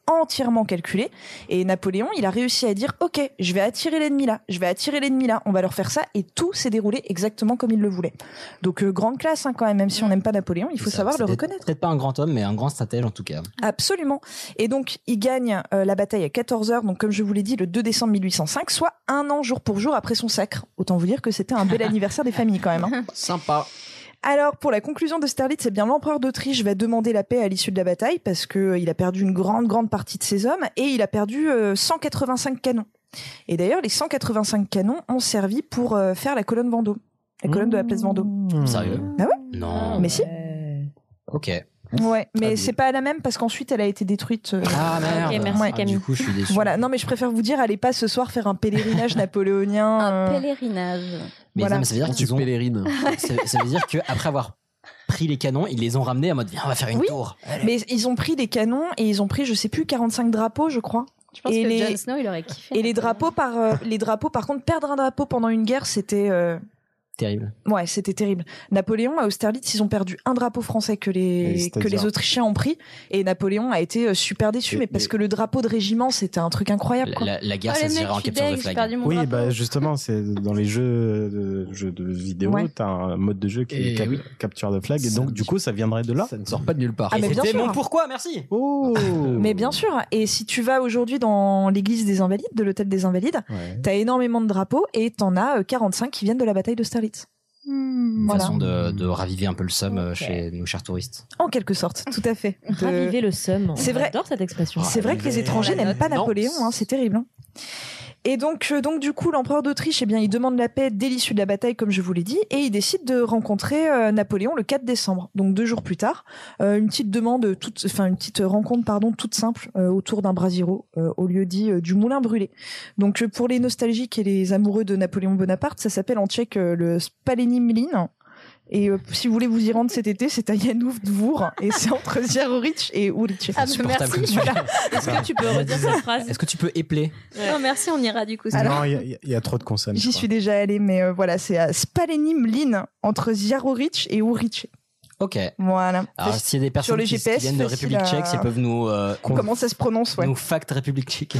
entièrement calculé. Et Napoléon, il a réussi à dire ok, je vais attirer l'ennemi là, on va leur faire ça, et tout s'est déroulé exactement comme il le voulait. Donc grande classe quand même si on n'aime pas Napoléon, il faut savoir le reconnaître. Peut-être pas un grand homme, mais un grand stratège en tout cas. Absolument. Et donc il gagne la bataille à 14h, donc comme je vous l'ai dit, le 2 décembre 1805, soit un an jour pour jour après son sacre. Autant vous dire que c'était un bel anniversaire des familles quand même. Sympa. Alors, pour la conclusion d'Austerlitz, c'est bien l'empereur d'Autriche va demander la paix à l'issue de la bataille parce que il a perdu une grande partie de ses hommes et il a perdu 185 canons. Et d'ailleurs, les 185 canons ont servi pour faire la colonne Vendôme, la colonne de la place Vendôme. Sérieux? Ah ouais? Non. Mais si. Ok. Ouais, mais c'est pas la même parce qu'ensuite elle a été détruite. Ah merde. Ok, merci, Camille. Du coup, je suis déçu. Voilà, non mais je préfère vous dire, allez pas ce soir faire un pèlerinage napoléonien. Un pèlerinage. Mais, Voilà. non, mais ça veut dire qu'ils ont... pèlerine. ça veut dire qu'après avoir pris les canons, ils les ont ramenés en mode viens, on va faire une tour. Allez. Mais ils ont pris des canons et ils ont pris, je sais plus, 45 drapeaux, je crois. Je pense Et que les- Jon Snow, il aurait kiffé. Et les drapeaux, par contre, perdre un drapeau pendant une guerre, c'était Terrible. Ouais, c'était terrible. Napoléon, à Austerlitz, ils ont perdu un drapeau français que les Autrichiens ont pris. Et Napoléon a été super déçu, mais parce que le drapeau de régiment, c'était un truc incroyable. Quoi. La guerre, ça se gère en capture de flag. Oui, bah justement, c'est dans les jeux de vidéo, Ouais. t'as un mode de jeu qui est capture de flag, et donc du coup, ça viendrait de là. Ça ne sort pas de nulle part. Ah, mais bien C'était sûr. mon pourquoi, merci. Oh. Mais bien sûr. Et si tu vas aujourd'hui dans l'église des Invalides, de l'hôtel des Invalides, Ouais. t'as énormément de drapeaux et t'en as 45 qui viennent de la bataille d'Austerlitz. Une Voilà. façon de raviver un peu le somme chez nos chers touristes. En quelque sorte, tout à fait. Raviver le seum. C'est vrai. J'adore cette expression. C'est vrai que les étrangers n'aiment pas Napoléon, hein, c'est terrible. Hein. Et donc du coup, l'empereur d'Autriche, eh bien, il demande la paix dès l'issue de la bataille, comme je vous l'ai dit, et il décide de rencontrer Napoléon le 4 décembre, donc 2 jours plus tard. Une petite rencontre toute simple autour d'un brasero au lieu dit du Moulin Brûlé. Donc pour les nostalgiques et les amoureux de Napoléon Bonaparte, ça s'appelle en tchèque le Spaleni Mlin. Et si vous voulez vous y rendre cet été, c'est à Janów Dvůr et c'est entre Ziarowicz et Urice. Ah, mais merci. Voilà. Est-ce que tu peux redire cette phrase? Est-ce que tu peux épeler? Non, merci, on ira du coup. Alors- Non, il y a trop de consonnes. J'y je suis déjà allée, mais voilà, c'est à Spaleni Mlin, entre Ziarowicz et Urice. Ok. Voilà. Alors, s'il y a des personnes Sur les qui GPS, viennent de facile République à- tchèque, ils peuvent nous Comment ça se prononce, ouais. nous fact République tchèque.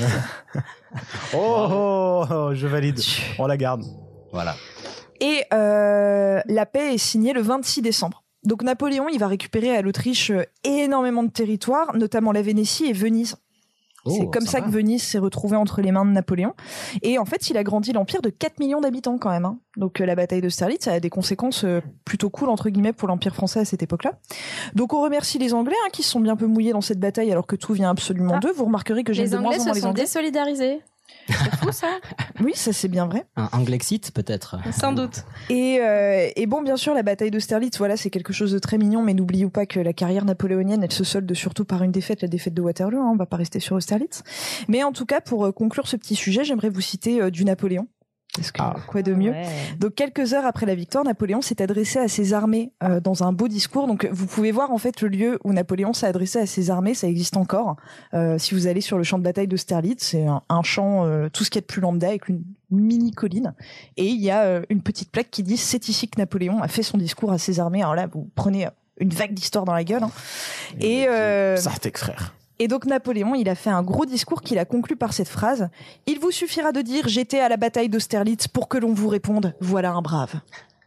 Oh, je valide. On la garde. Voilà. Et la paix est signée le 26 décembre. Donc Napoléon, il va récupérer à l'Autriche énormément de territoires, notamment la Vénétie et Venise. C'est comme ça que Venise s'est retrouvée entre les mains de Napoléon. Et en fait, il a grandi l'empire de 4 millions d'habitants quand même. Hein. Donc la bataille d'Austerlitz, ça a des conséquences plutôt cool, entre guillemets, pour l'empire français à cette époque-là. Donc on remercie les Anglais qui se sont bien peu mouillés dans cette bataille alors que tout vient absolument d'eux. Vous remarquerez que j'aime Les de moins Anglais en moins se les sont Anglais. désolidarisés. C'est fou ça. Oui, ça c'est bien vrai. Un Anglexit, peut-être. Sans doute. Et bon, bien sûr, la bataille d'Austerlitz, voilà, c'est quelque chose de très mignon, mais n'oublions pas que la carrière napoléonienne, elle se solde surtout par une défaite, la défaite de Waterloo. Hein, on va pas rester sur Austerlitz. Mais en tout cas, pour conclure ce petit sujet, j'aimerais vous citer du Napoléon. Parce que quoi de mieux. Ouais. Donc quelques heures après la victoire, Napoléon s'est adressé à ses armées dans un beau discours. Donc vous pouvez voir en fait le lieu où Napoléon s'est adressé à ses armées, ça existe encore. Si vous allez sur le champ de bataille d'Austerlitz, c'est un champ tout ce qu'il y a de plus lambda avec une mini colline et il y a une petite plaque qui dit c'est ici que Napoléon a fait son discours à ses armées. Alors là, vous prenez une vague d'histoire dans la gueule. Hein. Et Sartek, frère. Et donc Napoléon, il a fait un gros discours qu'il a conclu par cette phrase. « Il vous suffira de dire « J'étais à la bataille d'Austerlitz » pour que l'on vous réponde « Voilà un brave ».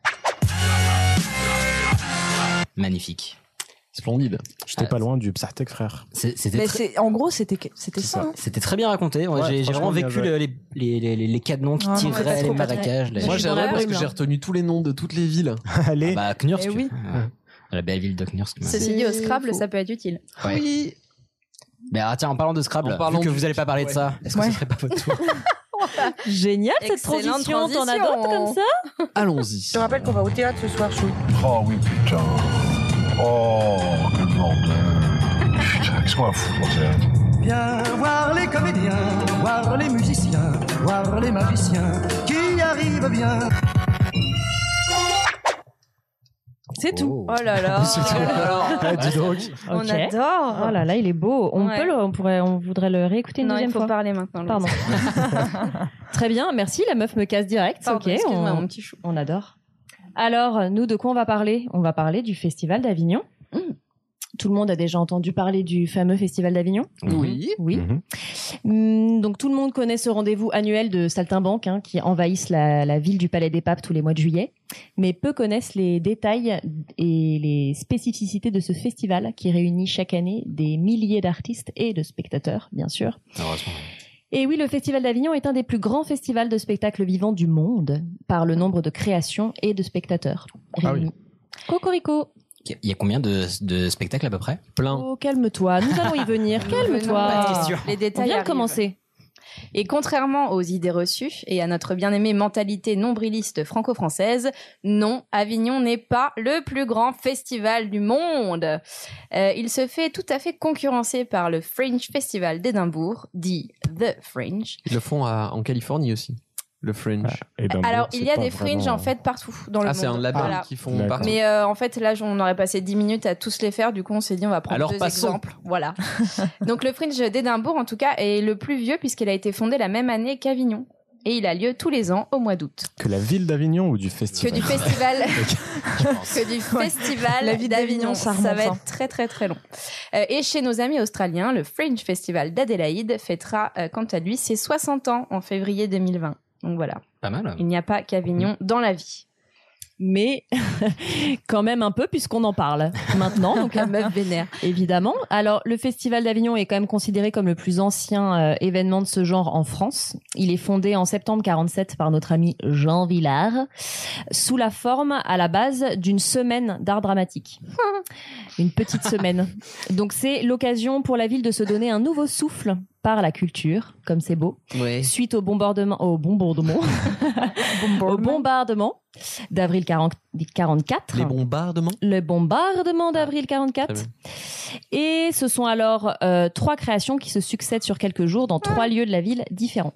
Magnifique. Splendide. J'étais pas loin du Sartek, frère. En gros, c'était ça. Hein. C'était très bien raconté. Ouais, J'ai franchement, vraiment vécu bien les canons qui Ah, non, tireraient pas les trop, pas marécages. trop. Moi, Je suis j'aimerais dans la parce que brume, j'ai là. retenu tous les noms de toutes les villes. Allez. Bah, Knursk. Eh oui. La belle ville de Knursk. Ceci dit, au Scrabble, ça peut être utile. Ouais. Oui. Mais alors, tiens, en parlant de Scrabble, En parlant vu que du- vous allez pas parler de ça, est-ce que Ouais. ce serait pas votre tour? Génial cette Excellente transition. T'en as transition. d'autres comme ça? Allons-y. Je te rappelle qu'on va au théâtre ce soir, Chou. Oh oui, putain. Oh, quel bordel. Putain, qu'est-ce qu'on va foutre au théâtre? Viens voir les comédiens, voir les musiciens, voir les magiciens qui arrivent bien. C'est tout. Oh là là. Ah, dis donc. On Ok. adore. Oh là là, il est beau. On Ouais. on voudrait le réécouter une Non, il deuxième faut fois. parler maintenant. Louise. Pardon. Très bien, merci. La meuf me casse direct. Pardon, Ok, excuse-moi, mon petit chou. on adore. Alors, nous, de quoi on va parler? On va parler du Festival d'Avignon. Tout tout le monde a déjà entendu parler du fameux Festival d'Avignon. Oui. Oui. Donc tout le monde connaît ce rendez-vous annuel de saltimbanques qui envahissent la ville du Palais des Papes tous les mois de juillet. Mais peu connaissent les détails et les spécificités de ce festival qui réunit chaque année des milliers d'artistes et de spectateurs, bien sûr. Heureusement. Et oui, le Festival d'Avignon est un des plus grands festivals de spectacles vivants du monde par le nombre de créations et de spectateurs réunis. Cocorico. Il y a combien de spectacles à peu près? Plein. Oh, calme-toi, nous allons y venir. Calme-toi. Les détails On vient de arrivent. commencer. Et contrairement aux idées reçues et à notre bien-aimée mentalité nombriliste franco-française, non, Avignon n'est pas le plus grand festival du monde. Il se fait tout à fait concurrencer par le Fringe Festival d'Édimbourg, dit The Fringe. Ils le font en Californie aussi, le Fringe. Alors, il y a des fringes en fait partout dans le monde. C'est un label Voilà. qu'ils font partout. Mais en fait, là, on aurait passé 10 minutes à tous les faire. Du coup, on s'est dit, on va prendre Alors, deux passons. exemples. Voilà. Donc, le Fringe d'Édimbourg, en tout cas, est le plus vieux puisqu'il a été fondé la même année qu'Avignon. Et il a lieu tous les ans au mois d'août. Que la ville d'Avignon ou du festival? Que du festival, que du festival La vie d'Avignon, ça remonte, va être très très très long. Et chez nos amis australiens, le Fringe Festival d'Adélaïde fêtera quant à lui ses 60 ans en février 2020. Donc voilà. Pas mal. Il n'y a pas qu'Avignon dans la vie. Mais quand même un peu puisqu'on en parle maintenant. Donc La meuf vénère. Évidemment. Alors, le Festival d'Avignon est quand même considéré comme le plus ancien événement de ce genre en France. Il est fondé en septembre 47 par notre ami Jean Villard, sous la forme, à la base, d'une semaine d'art dramatique. Une petite semaine. Donc, c'est l'occasion pour la ville de se donner un nouveau souffle par la culture, comme c'est beau, suite au bombardement d'avril 44. Les bombardements. Le bombardement d'avril 44. Et ce sont alors 3 créations qui se succèdent sur quelques jours dans 3 lieux de la ville différents.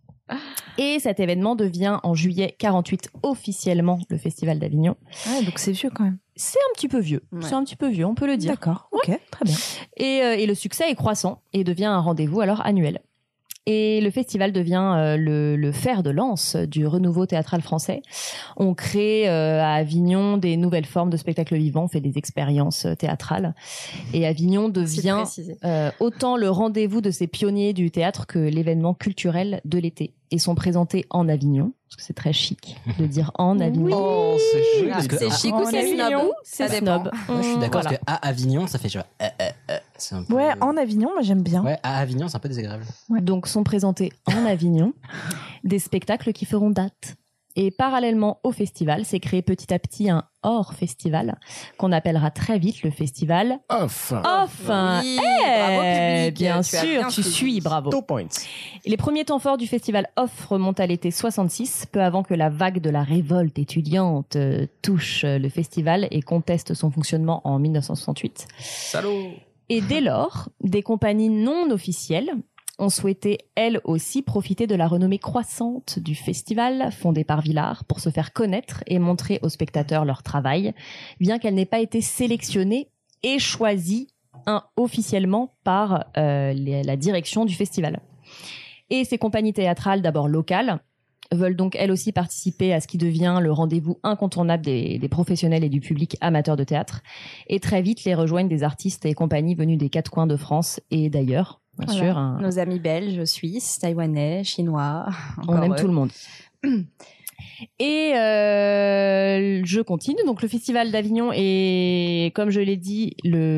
Et cet événement devient en juillet 48 officiellement le Festival d'Avignon. Ouais, donc c'est vieux quand même. C'est un petit peu vieux. Ouais. C'est un petit peu vieux, on peut le dire. D'accord, ok, très bien. Et le succès est croissant et devient un rendez-vous alors annuel. Et le festival devient le fer de lance du renouveau théâtral français. On crée à Avignon des nouvelles formes de spectacles vivants, on fait des expériences théâtrales. Et Avignon devient autant le rendez-vous de ces pionniers du théâtre que l'événement culturel de l'été. Et sont présentés en Avignon, parce que c'est très chic de dire en Avignon. Oui. Oh, c'est chic. Parce que C'est chic ou c'est snob? C'est Ça snob. dépend. Moi, je suis d'accord Voilà. parce qu'à Avignon, ça fait genre. C'est un peu... Ouais, en Avignon, moi j'aime bien. Ouais, à Avignon, c'est un peu désagréable. Donc sont présentés en Avignon des spectacles qui feront date. Et parallèlement au festival, s'est créé petit à petit un hors-festival qu'on appellera très vite le festival Off. Off. Oui, bravo, public. Bien Tu as sûr, bien tu suivi. suis, bravo. 2 points. Et les premiers temps forts du festival Off remontent à l'été 66, peu avant que la vague de la révolte étudiante touche le festival et conteste son fonctionnement en 1968. Salaud. Et dès lors, des compagnies non officielles ont souhaité, elles aussi, profiter de la renommée croissante du festival fondé par Villard pour se faire connaître et montrer aux spectateurs leur travail, bien qu'elle n'ait pas été sélectionnée et choisie officiellement par la direction du festival. Et ces compagnies théâtrales, d'abord locales, veulent donc elles aussi participer à ce qui devient le rendez-vous incontournable des professionnels et du public amateur de théâtre. Et très vite, les rejoignent des artistes et compagnies venus des 4 coins de France et d'ailleurs, bien Voilà. sûr. Nos amis belges, suisses, taïwanais, chinois. On aime eux. tout le monde. Et je continue. Donc le Festival d'Avignon est, comme je l'ai dit,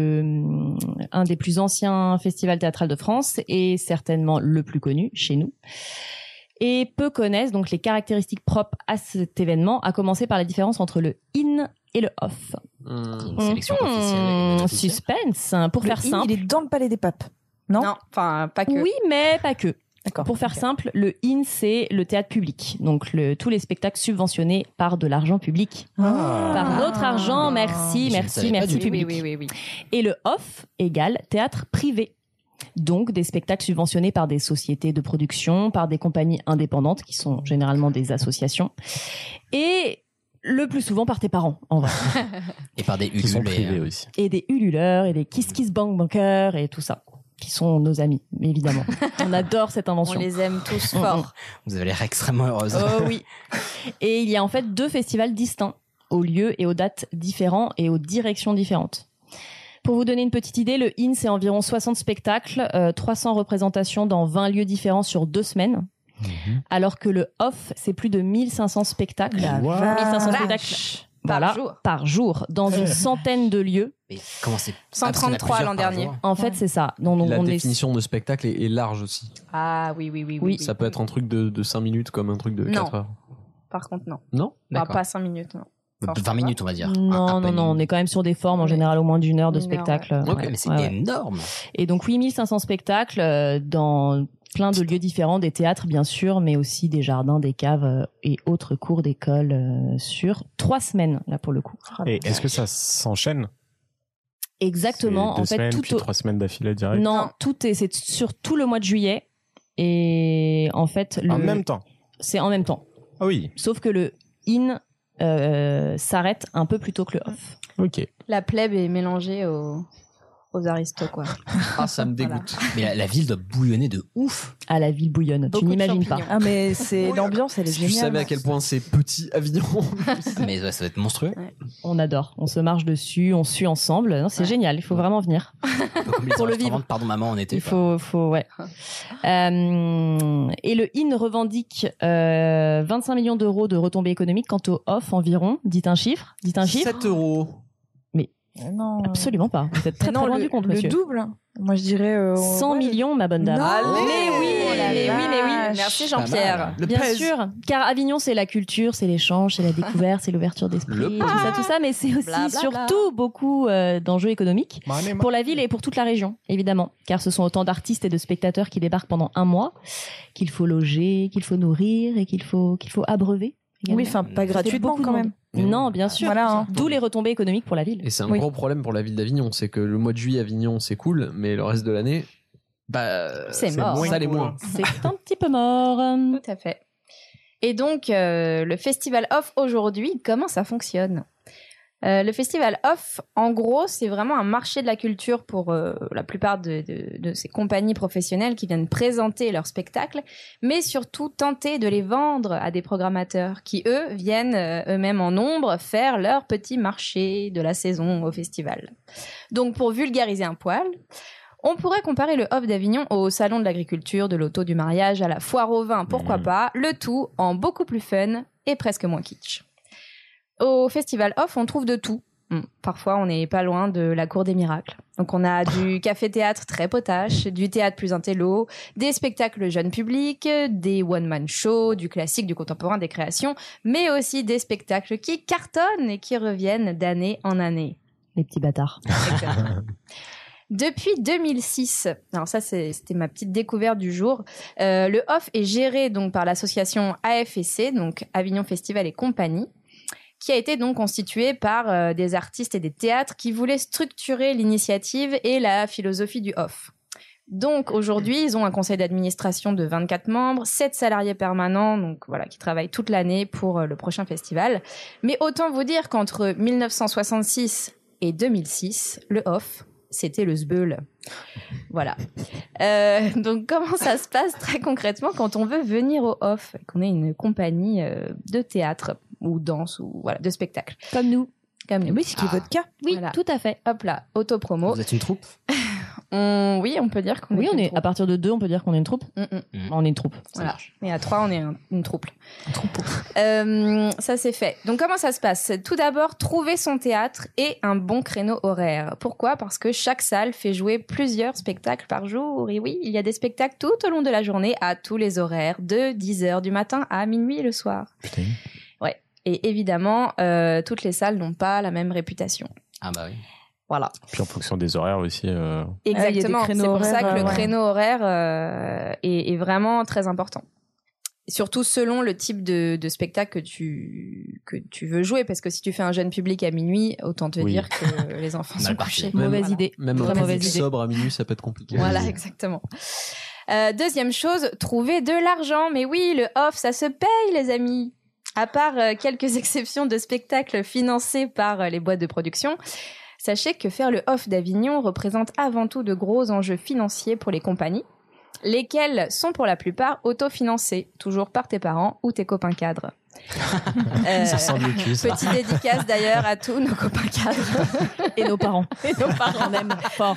un des plus anciens festivals théâtrales de France et certainement le plus connu chez nous. Et peu connaissent donc les caractéristiques propres à cet événement, à commencer par la différence entre le in et le off. Une sélection officielle. et non officielle. Suspense. Pour faire Le in, simple. il est dans le Palais des Papes. Non, Non, enfin, pas que. Oui, mais pas que. D'accord. Pour faire simple, le IN, c'est le théâtre public. Donc, tous les spectacles subventionnés par de l'argent public. Par notre argent, merci, Je ne merci, savais pas merci du tout. public. Oui. Et le off égale théâtre privé. Donc, des spectacles subventionnés par des sociétés de production, par des compagnies indépendantes, qui sont généralement des associations. Et le plus souvent par tes parents, en vrai. Et par des Qui sont Ulule privés aussi. Et des ululeurs, et des kiss-kiss-bang-bankers, et tout ça. Qui sont nos amis, évidemment. On adore cette On invention. les aime tous fort. Vous avez l'air extrêmement heureuse. Oh oui. Et il y a en fait 2 festivals distincts, aux lieux et aux dates différents et aux directions différentes. Pour vous donner une petite idée, le IN, c'est environ 60 spectacles, 300 représentations dans 20 lieux différents sur 2 semaines. Alors que le OFF, c'est plus de 1500 spectacles. 1500 spectacles par jour, dans une centaine de lieux. Mais comment c'est 133 l'an dernier. En fait, c'est ça. Donc, la définition de spectacle est large aussi. Ah oui. Ça peut être un truc de 5 minutes comme un truc de 4 heures. Par contre, non. Non, pas 5 minutes, non. Enfin, 20 minutes, on va dire. Non, on est quand même sur des formes en général au moins d'1 heure de spectacle. Ouais. Mais c'est énorme. Et donc 8500 spectacles dans plein de lieux différents, des théâtres bien sûr, mais aussi des jardins, des caves et autres cours d'école sur 3 semaines là pour le coup. Et est-ce que ça s'enchaîne? Exactement. C'est 2 en fait, semaines, puis 3 semaines d'affilée direct. Non, c'est sur tout le mois de juillet et en fait en même temps. C'est en même temps. Ah oui. Sauf que le IN s'arrête un peu plus tôt que le OFF. Ok. La plèbe est mélangée aux aristos, quoi. Ah, ça me dégoûte. Mais la ville doit bouillonner de ouf. Ah, la ville bouillonne. Beaucoup tu n'imagines pas. Ah, mais c'est l'ambiance, elle est Si géniale. tu savais à quel point c'est petit Avignon. Mais ça va être monstrueux. On adore. On se marche dessus, on sue ensemble. Non, c'est génial. Il faut vraiment venir. Pour le vivre. Pardon maman en été. Il faut ouais. Et le IN revendique 25 millions d'euros de retombées économiques. Quant au OFF, environ. Dites un chiffre. 7 euros. Mais non. Absolument pas. Vous êtes très loin du compte, monsieur. Le double. Moi, je dirais 100 millions, ma bonne dame. Non. Mais oui. vache. Merci Jean-Pierre. Bien sûr, car Avignon, c'est la culture, c'est l'échange, c'est la découverte, c'est l'ouverture d'esprit, tout ça, mais c'est aussi surtout beaucoup d'enjeux économiques pour la ville et pour toute la région, évidemment, car ce sont autant d'artistes et de spectateurs qui débarquent pendant un mois, qu'il faut loger, qu'il faut nourrir et qu'il faut abreuver. Également. Oui, enfin, pas gratuitement quand même. Non, bien sûr. Voilà, D'où les retombées économiques pour la ville. Et c'est un gros problème pour la ville d'Avignon, c'est que le mois de juillet, Avignon, c'est cool, mais le reste de l'année, c'est mort. Ça l'est moins. C'est un petit peu mort. Tout à fait. Et donc, le Festival Off aujourd'hui, comment ça fonctionne ? Le Festival Off, en gros, c'est vraiment un marché de la culture pour la plupart de ces compagnies professionnelles qui viennent présenter leurs spectacles, mais surtout tenter de les vendre à des programmateurs qui, eux, viennent eux-mêmes en nombre faire leur petit marché de la saison au festival. Donc, pour vulgariser un poil, on pourrait comparer le Off d'Avignon au salon de l'agriculture, de l'auto, du mariage, à la foire au vin, pourquoi pas, le tout en beaucoup plus fun et presque moins kitsch. Au Festival Off, on trouve de tout. Parfois, on n'est pas loin de la Cour des Miracles. Donc, on a du café-théâtre très potache, du théâtre plus intello, des spectacles jeunes publics, des one-man shows, du classique, du contemporain, des créations, mais aussi des spectacles qui cartonnent et qui reviennent d'année en année. Les petits bâtards. Depuis 2006, alors ça c'était ma petite découverte du jour, le Off est géré donc par l'association AFC, donc Avignon Festival et Compagnie, qui a été donc constituée par des artistes et des théâtres qui voulaient structurer l'initiative et la philosophie du Off. Donc aujourd'hui, ils ont un conseil d'administration de 24 membres, 7 salariés permanents, donc voilà, qui travaillent toute l'année pour le prochain festival. Mais autant vous dire qu'entre 1966 et 2006, le Off, c'était le sbeul. Voilà. Donc comment ça se passe très concrètement quand on veut venir au Off, qu'on est une compagnie de théâtre ou danse ou voilà, de spectacle. Comme nous. Oui, ce qui est votre cas. Oui, Voilà. tout à fait. Hop là, autopromo. Vous êtes une troupe? Oui, on peut dire qu'on est Oui, une troupe. à partir de 2, on peut dire qu'on est une troupe. On est une troupe. Voilà. Mais à 3, on est une troupe. Ça, c'est fait. Donc, comment ça se passe ? Tout d'abord, trouver son théâtre et un bon créneau horaire. Pourquoi ? Parce que chaque salle fait jouer plusieurs spectacles par jour. Et oui, il y a des spectacles tout au long de la journée à tous les horaires, de 10h du matin à minuit le soir. Putain. Ouais. Et évidemment, toutes les salles n'ont pas la même réputation. Ah bah oui. Voilà. Puis en fonction des horaires aussi. Exactement. C'est pour ça que le ouais. créneau horaire est vraiment très important. Et surtout selon le type de spectacle que tu veux jouer, parce que si tu fais un jeune public à minuit, autant te dire que les enfants sont couchés. Mauvaise idée. Même Très un mauvaise public idée. sobre à minuit, ça peut être compliqué. Voilà, exactement. Deuxième chose, trouver de l'argent. Mais oui, le off, ça se paye, les amis. À part quelques exceptions de spectacles financés par les boîtes de production, sachez que faire le off d'Avignon représente avant tout de gros enjeux financiers pour les compagnies, lesquels sont pour la plupart autofinancés, toujours par tes parents ou tes copains cadres. Ça sent le cul, ça. Petite dédicace d'ailleurs à tous nos copains cadres. Et nos parents. Et nos parents. On aime fort.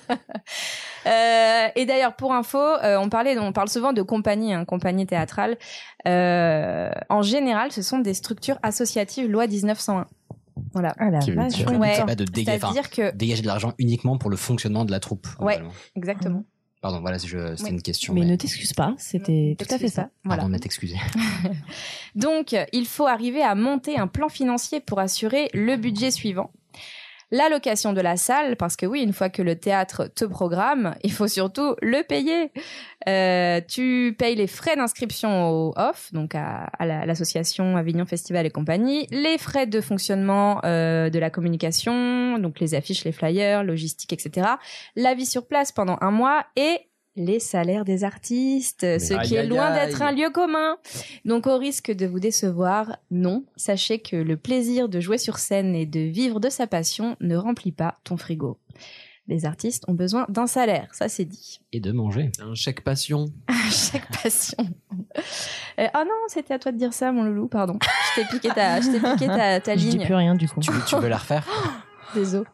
Et d'ailleurs, pour info, on parle souvent de compagnie, compagnie théâtrale. En général, ce sont des structures associatives, loi 1901. Voilà. Ah la vache. C'est pas de c'est-à-dire que dégager de l'argent uniquement pour le fonctionnement de la troupe. ouais, globalement. exactement. Pardon, voilà, c'était une question. Mais ne t'excuse pas, c'était tout à fait ça. Voilà. Pardon de m'être excusé. Donc, il faut arriver à monter un plan financier pour assurer le budget suivant. La location de la salle, parce que oui, une fois que le théâtre te programme, il faut surtout le payer. Tu payes les frais d'inscription au OFF, donc à l'association Avignon Festival et compagnie, les frais de fonctionnement de la communication, donc les affiches, les flyers, logistique, etc. La vie sur place pendant 1 mois et les salaires des artistes, ce qui est loin d'être un lieu commun. Donc au risque de vous décevoir, non, sachez que le plaisir de jouer sur scène et de vivre de sa passion ne remplit pas ton frigo. Les artistes ont besoin d'un salaire, ça c'est dit. Et de manger. Un chèque passion. Un chèque passion. Ah non, c'était à toi de dire ça, mon loulou, pardon. Je t'ai piqué ta Je ligne. dis plus rien du coup. Tu veux la refaire? Désolé.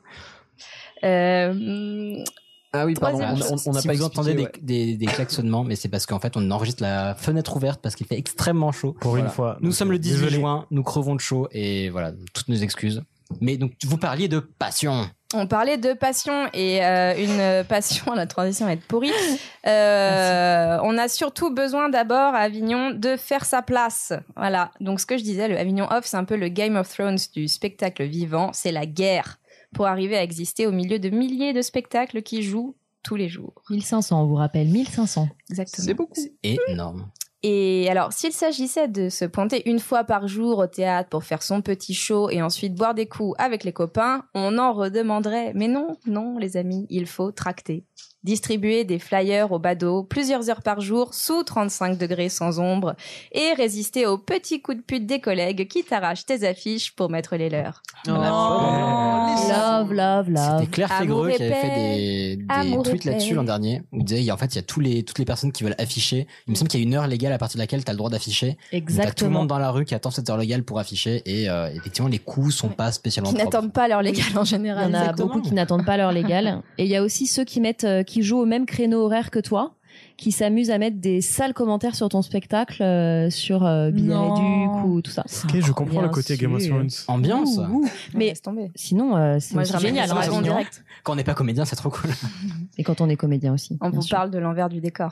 Ah oui, pardon, on n'a Si pas vous expliqué, entendez ouais. des klaxonnements, mais c'est parce qu'en fait on enregistre la fenêtre ouverte parce qu'il fait extrêmement chaud. Pour une fois. Nous sommes le 18 Désolé. juin, nous crevons de chaud et voilà, toutes nos excuses. Mais donc vous parliez de passion. On parlait de passion et une passion, la transition va être pourrie. On a surtout besoin d'abord à Avignon de faire sa place. Voilà. Donc ce que je disais, le Avignon Off, c'est un peu le Game of Thrones du spectacle vivant. C'est la guerre pour arriver à exister au milieu de milliers de spectacles qui jouent tous les jours. 1500, on vous rappelle, 1500. Exactement. C'est beaucoup. Énorme. Et alors, s'il s'agissait de se pointer une fois par jour au théâtre pour faire son petit show et ensuite boire des coups avec les copains, on en redemanderait. Mais non, les amis, il faut tracter. Distribuer des flyers au badaud plusieurs heures par jour sous 35 degrés sans ombre et résister aux petits coups de pute des collègues qui t'arrachent tes affiches pour mettre les leurs. Love. C'était Claire Amour Fégreux qui avait épais. fait des Amour tweets épais. là-dessus l'an dernier où il disait en fait il y a toutes les personnes qui veulent afficher. Il me semble qu'il y a une heure légale à partir de laquelle tu as le droit d'afficher. Donc, t'as tout le Exactement. monde dans la rue qui attend cette heure légale pour afficher et effectivement les coûts sont pas spécialement Qui propres. n'attendent pas leur légal en Il y général. en a Exactement. beaucoup qui n'attendent pas l'heure légale. Et il y a aussi ceux qui jouent au même créneau horaire que toi, qui s'amusent à mettre des sales commentaires sur ton spectacle, sur Billet Non. Réduc ou tout ça. Ok, je comprends Bien le côté Game of sûr. Thrones. Ambiance. Ouh. Mais Laisse tomber. sinon, c'est Moi, aussi je ramène génial. ça hein, en Avignon. direct. Quand on n'est pas comédien, c'est trop cool. Et quand on est comédien aussi. On bien vous sûr. parle de l'envers du décor.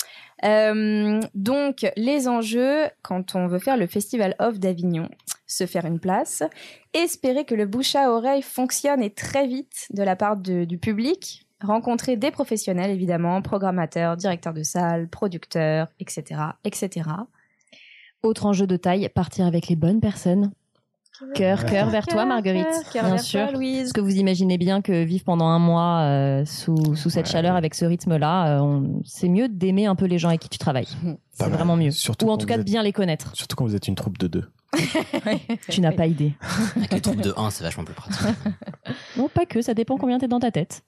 Donc, les enjeux, quand on veut faire le Festival Off d'Avignon, se faire une place, espérer que le bouche à oreille fonctionne et très vite de la part du public, rencontrer des professionnels évidemment, programmateurs, directeurs de salle, producteurs, etc., etc. Autre enjeu de taille, partir avec les bonnes personnes. Cœur vers toi, Marguerite. Cœur Bien vers sûr. toi, Louise. Parce que vous imaginez bien que vivre pendant 1 mois sous cette chaleur avec ce rythme-là, c'est mieux d'aimer un peu les gens avec qui tu travailles. C'est Pas mal. vraiment mieux. Surtout Ou en quand tout cas vous de bien les connaître. Surtout quand vous êtes une troupe de 2. Tu n'as pas idée. Avec les troupes de 1, c'est vachement plus pratique. Non, pas que, ça dépend combien t'es dans ta tête.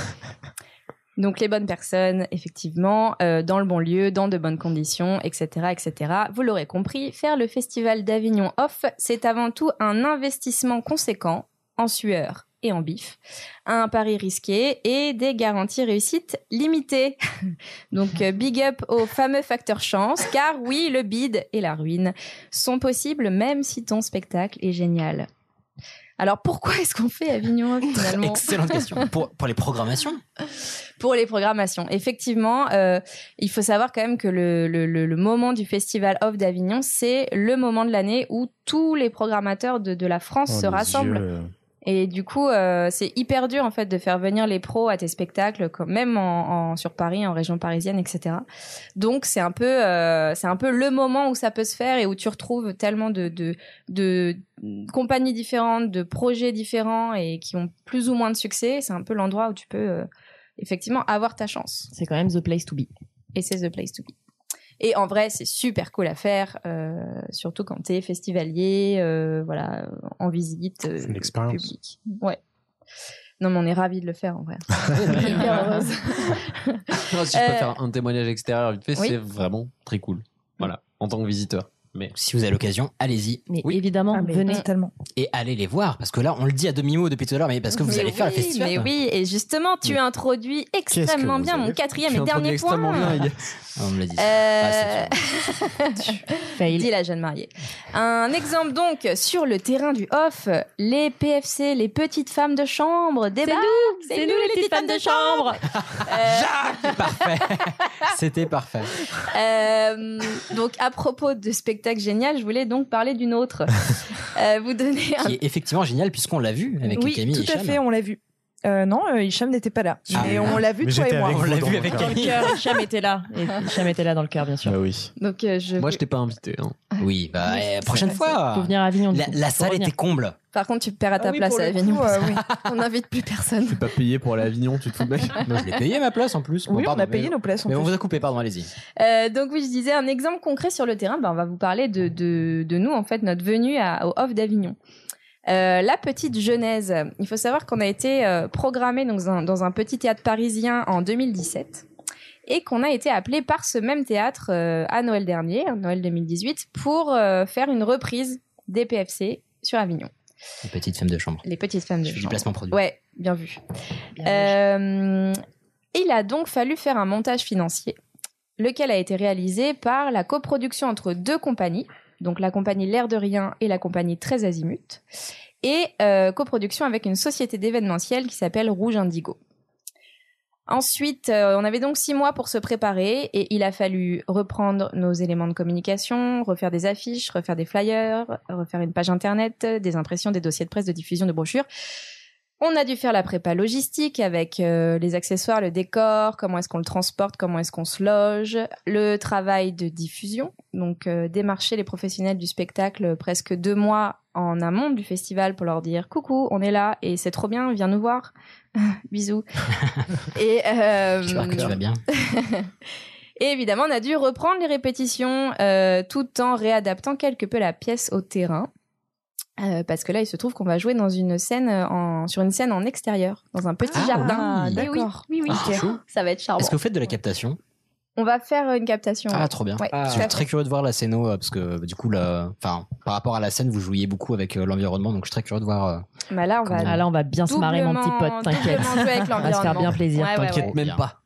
Donc les bonnes personnes, effectivement, dans le bon lieu, dans de bonnes conditions, etc., etc. Vous l'aurez compris, faire le Festival d'Avignon Off, c'est avant tout un investissement conséquent en sueur et en bif, un pari risqué et des garanties réussite limitées. Donc big up au fameux facteur chance, car oui, le bide et la ruine sont possibles même si ton spectacle est génial. Alors pourquoi est-ce qu'on fait Avignon Off finalement? Excellente question. Pour les programmations. Pour les programmations, effectivement, il faut savoir quand même que le moment du Festival Off d'Avignon, c'est le moment de l'année où tous les programmateurs de la France se rassemblent. Et du coup, c'est hyper dur en fait de faire venir les pros à tes spectacles, même sur Paris, en région parisienne, etc. Donc c'est un peu le moment où ça peut se faire et où tu retrouves tellement de compagnies différentes, de projets différents et qui ont plus ou moins de succès. C'est un peu l'endroit où tu peux effectivement avoir ta chance. C'est quand même the place to be. Et c'est the place to be. Et en vrai, c'est super cool à faire, surtout quand t'es festivalier, voilà, en visite. C'est une expérience. Publique. Ouais. Non, mais on est ravis de le faire en vrai. Hyper heureuse. Non, si je peux faire un témoignage extérieur vite fait, Oui. c'est vraiment très cool. Voilà, en tant que visiteur. Mais si vous avez l'occasion, allez-y. Mais évidemment, venez. Totalement. Et allez les voir, parce que là, on le dit à demi-mot depuis tout à l'heure, mais parce que vous allez faire le festival. Mais oui, et justement, tu introduis extrêmement bien mon quatrième et dernier point. On me l'a dit. Dit la jeune mariée. Un exemple donc sur le terrain du off, les PFC, les petites femmes de chambre débarquent. C'est nous les petites femmes de chambre. Jacques, parfait. C'était parfait. Donc à propos de spectacle génial, je voulais donc parler d'une autre. Vous donner Qui est effectivement génial puisqu'on l'a vu avec Camille et tout à Hicham. fait, on l'a vu. Non, Hicham n'était pas là. Mais on l'a vu, Mais toi et j'étais moi. avec On l'a vous vu dans avec le Camille. Hicham était là. Et Hicham était là dans le cœur, bien sûr. Bah oui. Donc moi, je t'ai pas invité. Hein. Oui, bah prochaine fois. Faut venir à Avignon. La salle était comble. Par contre, tu perds à ta oui, place pour à le Avignon. coup, oui. On n'invite plus personne. T'es pas payé pour aller à Avignon, tu te fous de mec. Moi, je l'ai payé ma place en plus. Oui, Bon, on a payé nos places. en Mais on plus. vous a coupé, pardon, allez-y. Donc oui, je disais un exemple concret sur le terrain. On va vous parler de nous, en fait, notre venue au off d'Avignon. La petite genèse. Il faut savoir qu'on a été programmé dans un petit théâtre parisien en 2017 et qu'on a été appelé par ce même théâtre à Noël dernier, Noël 2018, pour faire une reprise des PFC sur Avignon. Les petites femmes de chambre. Les petites femmes de Je fais du chambre. placement produit. Ouais, bien vu. Il a donc fallu faire un montage financier, lequel a été réalisé par la coproduction entre deux compagnies, donc la compagnie L'Air de Rien et la compagnie Très Azimut, et coproduction avec une société d'événementiel qui s'appelle Rouge Indigo. Ensuite, on avait donc 6 mois pour se préparer et il a fallu reprendre nos éléments de communication, refaire des affiches, refaire des flyers, refaire une page internet, des impressions, des dossiers de presse, de diffusion, de brochures. On a dû faire la prépa logistique avec les accessoires, le décor, comment est-ce qu'on le transporte, comment est-ce qu'on se loge, le travail de diffusion, donc démarcher les professionnels du spectacle presque 2 mois en amont du festival pour leur dire coucou, on est là et c'est trop bien, viens nous voir, bisous. Et J'espère que tu vas bien. Et évidemment, on a dû reprendre les répétitions tout en réadaptant quelque peu la pièce au terrain. Parce que là, il se trouve qu'on va jouer dans une scène sur une scène en extérieur, dans un petit jardin. oui. Et D'accord. Oui, Ah, c'est chaud. ça va être charmant. Est-ce que vous faites de la captation? On va faire une captation. Ah, trop bien. Ouais, Je tout suis à très curieux de voir la scéno parce que du coup, par rapport à la scène, vous jouiez beaucoup avec l'environnement, donc je suis très curieux de voir. Bah là, on va, Ah là, on va bien se marrer, mon petit pote, t'inquiète. doublement jouer avec On va se faire bien plaisir, Ouais, t'inquiète ouais. Même pas.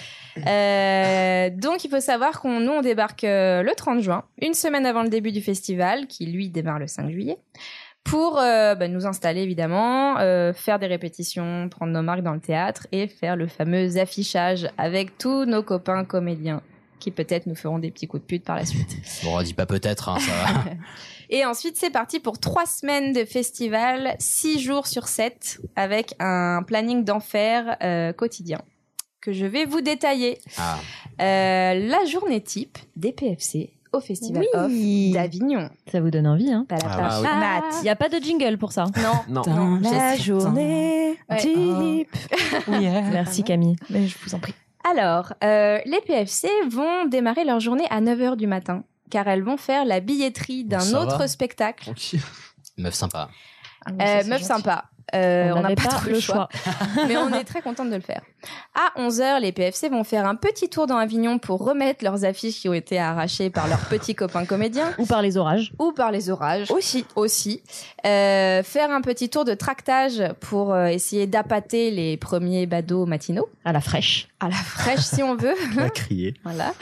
Donc il faut savoir qu'on débarque le 30 juin, une semaine avant le début du festival, qui lui démarre le 5 juillet, pour nous installer évidemment, faire des répétitions, prendre nos marques dans le théâtre et faire le fameux affichage avec tous nos copains comédiens qui peut-être nous feront des petits coups de pute par la suite. Bon, dis pas peut-être, hein, ça va. Et ensuite, c'est parti pour 3 semaines de festival, 6 jours sur 7, avec un planning d'enfer quotidien que je vais vous détailler. Ah. La journée type des PFC au Festival Off d'Avignon. Ça vous donne envie, hein? Il n'y a pas de jingle pour ça. Non. La journée type. Merci Camille. Mais je vous en prie. Alors, les PFC vont démarrer leur journée à 9h du matin, car elles vont faire la billetterie d'un Ça autre va. spectacle. Meuf sympa. Meuf sympa. On n'a n'avait pas trop le choix. Mais on est très contente de le faire. À 11h, les PFC vont faire un petit tour dans Avignon pour remettre leurs affiches qui ont été arrachées par leurs petits copains comédiens. Ou par les orages. Aussi. Faire un petit tour de tractage pour essayer d'appâter les premiers badauds matinaux. À la fraîche. À la fraîche, si on veut. À crier. Voilà.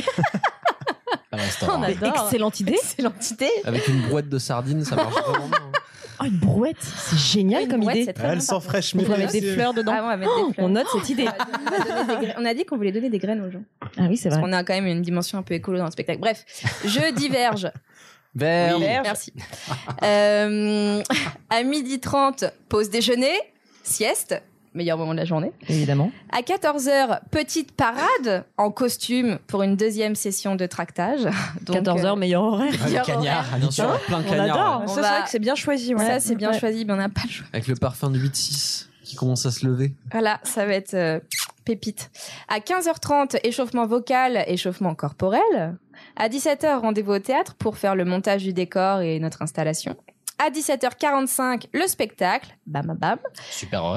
On adore. Excellente idée. Excellente idée. Avec une brouette de sardines, ça marche vraiment bien. Oh, une brouette. C'est génial Une comme brouette, idée. c'est très Elle bon, sent par contre. fraîche, On mais va mettre des fleurs dedans. Ah, on va mettre des fleurs. On note cette idée. On a dit qu'on voulait donner des graines aux gens. Ah oui, c'est Parce vrai. qu'on a quand même une dimension un peu écolo dans le spectacle. Bref, je diverge. Vert. Merci. À 12h30, pause déjeuner, sieste, meilleur moment de la journée. Évidemment. À 14h, petite parade en costume pour une deuxième session de tractage. Donc, 14h, meilleur horaire. meilleur Cagnard, horaire. Bien sûr, plein de On cagnards. adore. ouais. Ça, On c'est va- vrai que c'est bien choisi. Ouais. Ça, c'est bien Ouais. choisi, mais on n'a pas le choix. Avec le parfum de 8-6 qui commence à se lever. Voilà, ça va être pépite. À 15h30, échauffement vocal, échauffement corporel. À 17h, rendez-vous au théâtre pour faire le montage du décor et notre installation. À 17h45, le spectacle. Bam, bam, bam. Super horaire.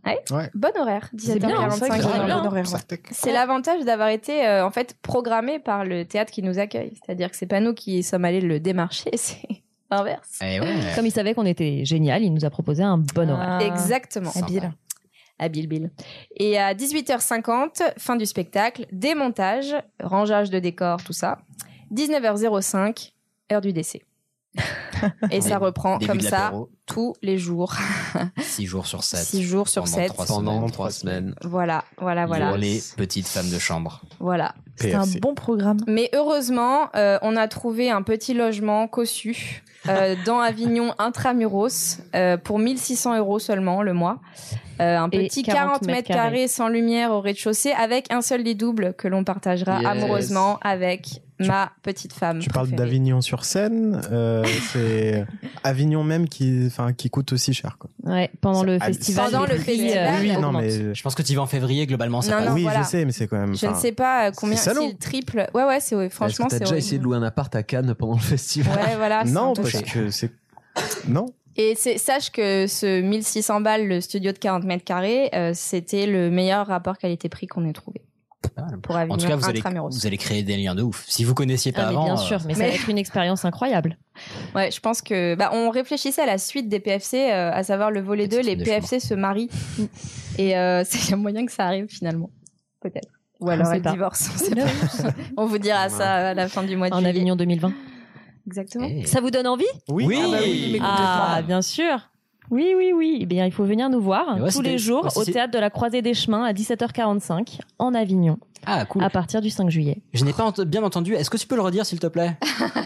Ouais. Bon horaire, 17h45. C'est l'avantage d'avoir été en fait programmé par le théâtre qui nous accueille. C'est-à-dire que c'est pas nous qui sommes allés le démarcher, c'est l'inverse. Comme il savait qu'on était génial, il nous a proposé un bon horaire. Exactement. Habile Bill. Et à 18h50, fin du spectacle, démontage, rangeage de décors, tout ça. 19h05, heure du décès. Et ça reprend comme ça tous les jours. 6 jours sur 7. 6 jours sur 7. Pendant 3 semaines. Voilà. Pour les petites femmes de chambre. Voilà. C'est un bon programme. Mais heureusement, on a trouvé un petit logement cossu dans Avignon intramuros pour 1 600 € seulement le mois. Un petit 40 mètres carrés sans lumière au rez-de-chaussée avec un seul lit double que l'on partagera amoureusement avec ma petite femme. Tu parles d'Avignon-sur-Seine, c'est Avignon même qui coûte aussi cher, quoi. Ouais, pendant le festival. Oui, non, mais je pense que tu y vas en février globalement. Ça passe. Oui, voilà. je sais, mais c'est quand même. Je ne sais pas combien. Si le triple. Ouais, c'est franchement. T'as déjà essayé de louer un appart à Cannes pendant le festival? Ouais, voilà. Non, parce que c'est. Non. Et sache que ce 1 600 balles, le studio de 40 mètres carrés, c'était le meilleur rapport qualité-prix qu'on ait trouvé. Pour Avignon, en tout cas, vous allez créer des liens de ouf. Si vous connaissiez pas avant. Bien sûr, mais ça va être une expérience incroyable. Ouais, je pense que on réfléchissait à la suite des PFC, à savoir le volet 2, les PFC se marient. Et il y a moyen que ça arrive finalement, peut-être. Ou alors elles divorcent. On sait pas. On vous dira ça à la fin du mois de juillet. En Avignon 2020. Exactement. Ça vous donne envie? Oui. Bien sûr. Oui. Eh bien, il faut venir nous voir tous les jours au théâtre de la Croisée des Chemins à 17h45 en Avignon. Ah, cool. À partir du 5 juillet. Je n'ai pas bien entendu. Est-ce que tu peux le redire, s'il te plaît?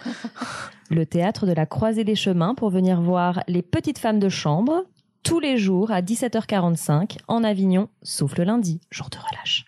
Le théâtre de la Croisée des Chemins pour venir voir les petites femmes de chambre tous les jours à 17h45 en Avignon, sauf le lundi, jour de relâche.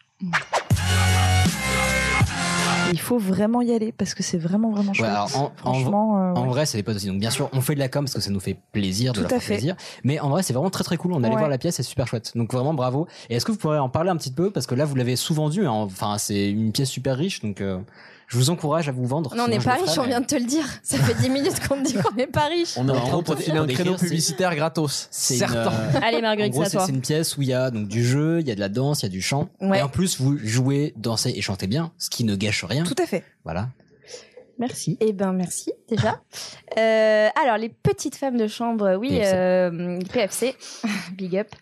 Il faut vraiment y aller parce que c'est vraiment chouette. Ouais, alors, en vrai, c'est des potes aussi. Donc bien sûr, on fait de la com parce que ça nous fait plaisir de leur faire plaisir. Mais en vrai, c'est vraiment très très cool. On allait voir la pièce, c'est super chouette. Donc vraiment bravo. Et est-ce que vous pourriez en parler un petit peu parce que là, vous l'avez sous-vendu. Enfin, c'est une pièce super riche. Donc je vous encourage à vous vendre. Non, on n'est pas riche, on vient de te le dire. Ça fait 10 minutes qu'on te dit qu'on n'est pas riche. On est en train de filer un créneau publicitaire gratos. C'est certain. Allez Marguerite, c'est à toi. C'est une pièce où il y a donc du jeu, il y a de la danse, il y a du chant. Ouais. Et en plus, vous jouez, dansez et chantez bien, ce qui ne gâche rien. Tout à fait. Voilà. Merci. Eh ben merci déjà. Alors les petites femmes de chambre, oui, PFC, big up.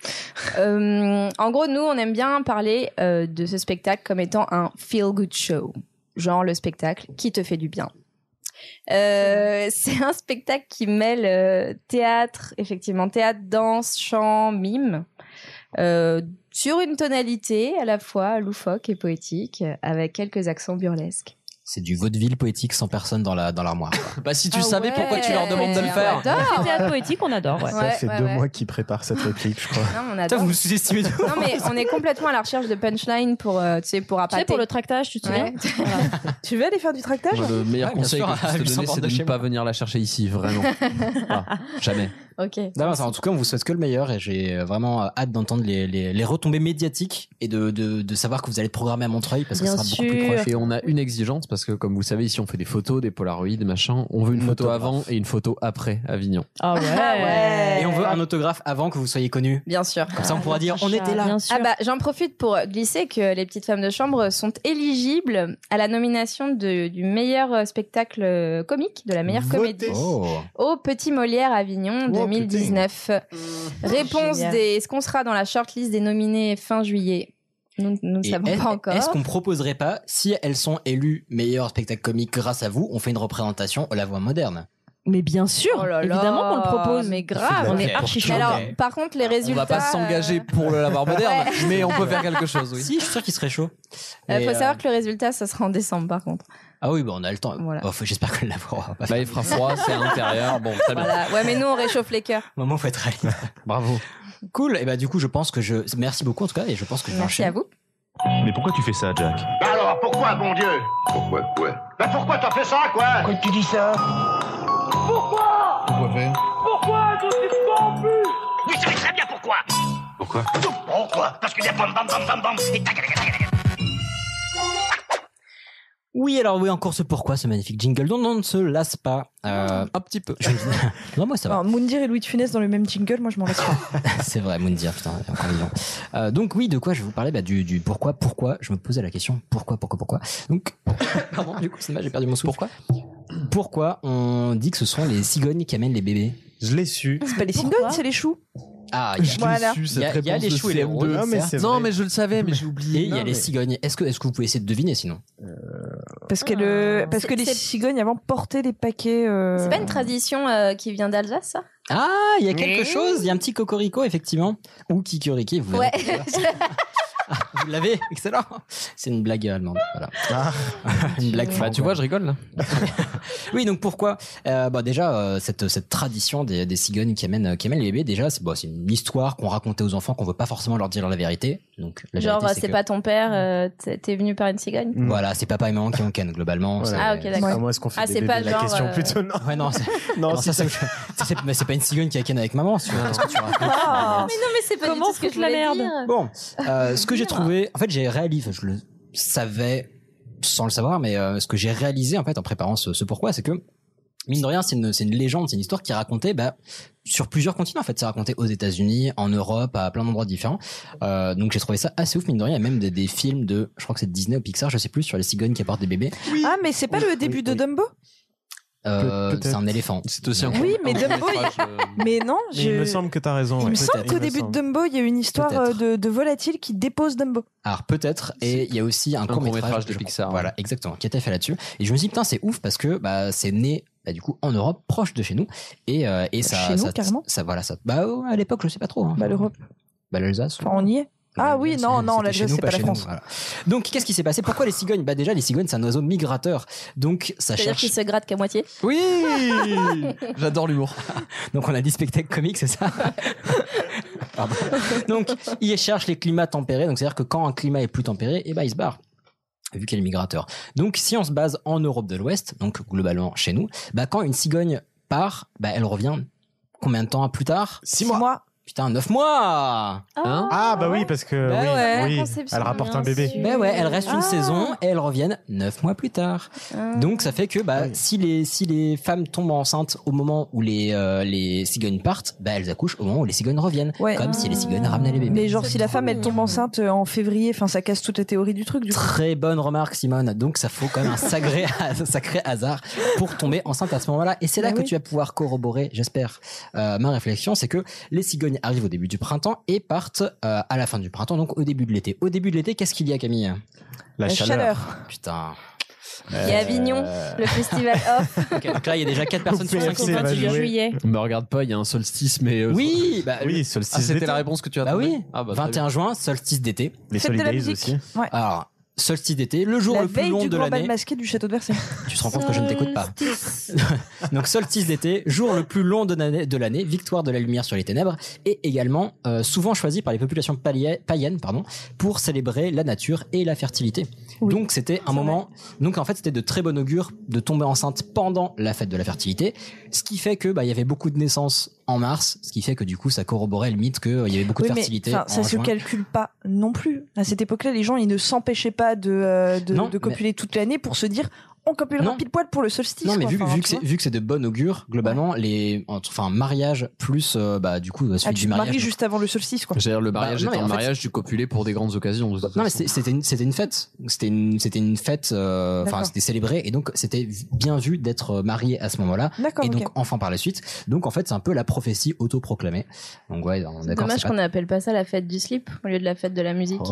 En gros, nous on aime bien parler de ce spectacle comme étant un feel good show, genre le spectacle qui te fait du bien. C'est un spectacle qui mêle théâtre, danse, chant, mime. Sur une tonalité à la fois loufoque et poétique, avec quelques accents burlesques. C'est du vaudeville poétique sans personne dans l'armoire. Bah si tu savais pourquoi tu leur demandes de le faire. Le théâtre poétique, on adore. Ouais. Ça fait 2 mois qu'ils préparent cette réplique, je crois. Non, on adore. Vous me sous-estimez tout. Non mais on est complètement à la recherche de punchline pour appâter. Tu sais, pour le tractage, tu te souviens? Voilà. Tu veux aller faire du tractage? Moi, le meilleur conseil que je peux te donner, c'est de ne pas venir la chercher ici, vraiment. Jamais. Ok. En tout cas, on vous souhaite que le meilleur et j'ai vraiment hâte d'entendre les retombées médiatiques et de savoir que vous allez programmer à Montreuil parce que ça sera beaucoup plus proche. Et on a une exigence parce que comme vous savez ici on fait des photos, des polaroïds, des machins. On veut une photo avant et une photo après Avignon. Ah ouais. Et on veut un autographe avant que vous soyez connus. Bien sûr. Comme ça on pourra dire on était là. Bien sûr. Ah bah j'en profite pour glisser que les petites femmes de chambre sont éligibles à la nomination du meilleur spectacle comique, de la meilleure comédie au Petit Molière Avignon 2019. Réponse est-ce qu'on sera dans la shortlist des nominés fin juillet? Nous ne savons pas encore. Est-ce qu'on proposerait pas, si elles sont élues meilleur spectacle comique grâce à vous, on fait une représentation à la voix moderne? Mais bien sûr, évidemment qu'on le propose. Mais grave, on est archi chaud. Alors, par contre, les résultats. On va pas s'engager pour le lavoir moderne, mais on peut faire quelque chose. Oui. Si, je suis sûr qu'il serait chaud. Faut savoir que le résultat, ça sera en décembre, par contre. Ah oui, on a le temps. Voilà. J'espère que le lavoir. Bah, il fera froid, c'est à l'intérieur. Bon, très bien. Voilà. Ouais, mais nous, on réchauffe les cœurs. Maman, faut être réaliste. Bravo. Cool. Et bah, du coup, je pense que merci beaucoup, en tout cas, et je pense que je vais Merci à vous. Mais pourquoi tu fais ça, Jack? Alors, pourquoi, bon Dieu? Pourquoi, quoi? Bah pourquoi t'as fait ça, quoi? Pourquoi tu dis ça? Pourquoi faire? Pourquoi je suis corrompu? Vous savez très bien pourquoi. Pourquoi? Pourquoi? Parce qu'il y a bam bam bam bam bam et tac. Oui, alors oui, encore ce pourquoi, ce magnifique jingle dont on ne se lasse pas. Un petit peu. Non, moi ça va. Moundir et Louis de Funès dans le même jingle, moi je m'en lasse pas. C'est vrai, Moundir, putain, encore vivant. Donc oui, de quoi je vais vous parler du pourquoi. Je me posais la question, pourquoi. Donc, pardon, du coup, c'est mal, j'ai perdu mon souffle. Pourquoi on dit que ce sont les cigognes qui amènent les bébés? Je l'ai su. C'est pas les cigognes, c'est les choux. Ah, je l'ai su, cette réponse. Il y a les choux et les rôles. Non, mais je le savais, mais j'ai oublié. Et il y a les cigognes. Est-ce que vous pouvez essayer de deviner sinon? Parce que les cigognes avant portaient des paquets. C'est pas une tradition qui vient d'Alsace, ça? Ah, il y a quelque chose. Il y a un petit cocorico effectivement, ou kikuriki. Vous ouais. Vous l'avez, excellent. C'est une blague allemande. Voilà. Une blague. Bah, tu vois, je rigole là. Oui, donc pourquoi déjà cette tradition des cigognes qui amènent les bébés, déjà c'est une histoire qu'on racontait aux enfants qu'on veut pas forcément leur dire la vérité. Donc la genre vérité, c'est pas ton père, t'es venu par une cigogne. Voilà, c'est papa et maman qui ont ken globalement. Voilà. Ah ok d'accord. Comment est-ce qu'on fait des c'est bébés, pas la genre, question plutôt non. Ouais non, c'est pas une cigogne qui a ken avec maman. Qu'est-ce que tu racontes? Mais non mais c'est pas Comment du tout ce que je foutre la voulais merde dire. Bon, ce que j'ai trouvé, en fait j'ai réalisé, je le savais sans le savoir, mais ce que j'ai réalisé en fait en préparant ce pourquoi, c'est que mine de rien, c'est une légende, c'est une histoire qui est racontée sur plusieurs continents en fait. C'est raconté aux États-Unis, en Europe, à plein d'endroits différents. Donc j'ai trouvé ça assez ouf, mine de rien. Il y a même des films de, je crois que c'est Disney ou Pixar, je sais plus, sur les cigognes qui apportent des bébés. Oui. Ah mais c'est pas le début de Dumbo? C'est un éléphant. C'est aussi un Oui, mais Dumbo. Mais non, il me semble que t'as raison. Il me semble qu'au début de Dumbo, il y a une histoire de volatile qui dépose Dumbo. Alors peut-être, et il y a aussi un court-métrage de Pixar. Voilà, exactement, qui a été fait là-dessus. Et je me suis dit putain, c'est ouf parce que c'est né du coup en Europe, proche de chez nous, et ça. Chez nous carrément. Ça voilà, ça. À l'époque, je sais pas trop. Hein. L'Europe. L'Alsace. Enfin, on y est. Ah oui, non, l'Alsace, c'est pas la France. Voilà. Donc, qu'est-ce qui s'est passé? Pourquoi les cigognes? Déjà, les cigognes, c'est un oiseau migrateur. Donc, ça C'est-à-dire cherche. qu'il se gratte qu'à moitié. Oui. J'adore l'humour. Donc, on a dit spectacle comique, c'est ça? Pardon. Donc, ils cherchent les climats tempérés. Donc, c'est-à-dire que quand un climat est plus tempéré, ils se barrent. Vu qu'elle est migrateur. Donc, si on se base en Europe de l'Ouest, donc globalement chez nous, quand une cigogne part, elle revient combien de temps plus tard? 6 mois. Putain, 9 mois! Hein? Ah, oui, parce que oui, elle rapporte un bébé. Elle reste une saison et elles reviennent 9 mois plus tard. Donc ça fait que si les femmes tombent enceintes au moment où les cigognes partent, elles accouchent au moment où les cigognes reviennent. Comme si les cigognes ramenaient les bébés. Mais genre si la femme elle tombe enceinte en février, ça casse toute la théorie du truc. Très bonne remarque, Simone. Donc ça faut quand même un sacré hasard pour tomber enceinte à ce moment-là. Et c'est là que tu vas pouvoir corroborer, j'espère, ma réflexion, c'est que les cigognes arrivent au début du printemps et partent à la fin du printemps, donc au début de l'été. Au début de l'été, qu'est-ce qu'il y a, Camille? La chaleur. Putain. Il y a Avignon, le festival off. Okay, donc là, il y a déjà 4 personnes sur 5 qui sont juillet. Me regarde pas, il y a un solstice, mais oui, solstice. Ah, c'était la réponse que tu as donnée. Oui. 21 juin, solstice d'été. Les Solidays aussi. Ouais. Alors, solstice d'été, le jour le plus long de l'année. La veille du grand bal masqué du château de Versailles. Tu te rends compte que je ne t'écoute pas. Donc solstice d'été, jour le plus long de l'année, victoire de la lumière sur les ténèbres, et également souvent choisi par les populations païennes, pour célébrer la nature et la fertilité. Oui. Donc c'était un moment. Donc en fait c'était de très bon augure de tomber enceinte pendant la fête de la fertilité, ce qui fait que il y avait beaucoup de naissances en mars, ce qui fait que du coup ça corroborait le mythe qu'il y avait beaucoup de fertilité. Ça se calcule pas non plus. À cette époque-là, les gens ils ne s'empêchaient pas de copuler toute l'année pour se dire on copulera pile poil pour le solstice. Non, mais vu que c'est de bon augure, globalement, mariage plus, du coup, celui du mariage. Tu te maries juste avant le solstice, quoi. C'est-à-dire, le mariage étant le mariage, tu copulais pour des grandes occasions. Non, mais c'était une fête. C'était une fête, c'était célébré, et donc, c'était bien vu d'être marié à ce moment-là. D'accord. Et donc, enfant par la suite. Donc, en fait, c'est un peu la prophétie autoproclamée. Donc, ouais, on est d'accord. Dommage qu'on n'appelle pas ça la fête du slip, au lieu de la fête de la musique.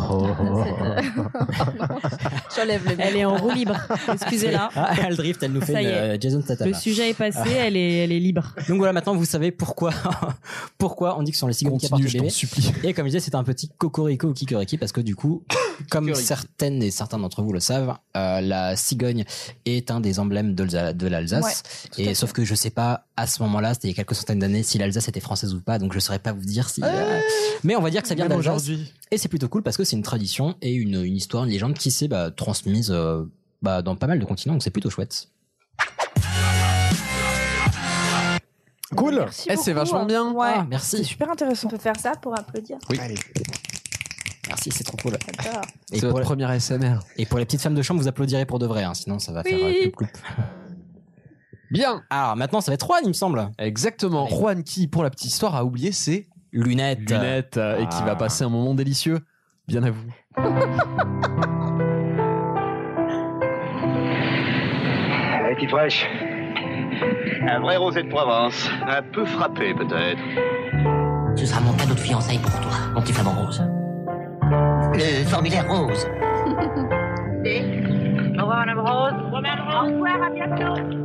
J'enlève le micro. Elle est en roue libre. Excusez-la. Elle drift, elle nous fait une Jason Statham. Le sujet est passé, elle est libre. Donc voilà, maintenant vous savez pourquoi on dit que ce sont les cigognes qui apportent le bébé. Et comme je disais, c'est un petit cocorico ou kikoriki parce que du coup, comme certaines et certains d'entre vous le savent, la cigogne est un des emblèmes de l'Alsace. Et sauf que je sais pas à ce moment-là, c'était il y a quelques centaines d'années, si l'Alsace était française ou pas, donc je saurais pas vous dire si. Mais on va dire que ça vient d'Alsace. Et c'est plutôt cool parce que c'est une tradition et une histoire, une légende qui s'est transmise. Dans pas mal de continents, donc c'est plutôt chouette. Cool. C'est vachement bien. Ouais. Merci. C'est super intéressant. On peut faire ça pour applaudir. Oui. Allez. Merci. Merci, c'est trop cool. C'est votre première ASMR. Et pour les petites femmes de chambre, vous applaudirez pour de vrai, hein, sinon ça va faire cloup. Bien. Alors maintenant, ça va être Juan, il me semble. Exactement. Allez. Juan qui, pour la petite histoire, a oublié ses lunettes. Et qui va passer un moment délicieux. Bien à vous. Elle est fraîche. Un vrai rosé de Provence. Un peu frappé, peut-être. Ce sera mon cadeau de fiançailles pour toi, mon petit flamant rose. Le formulaire rose. Au revoir, Madame Rose. Au revoir, à bientôt.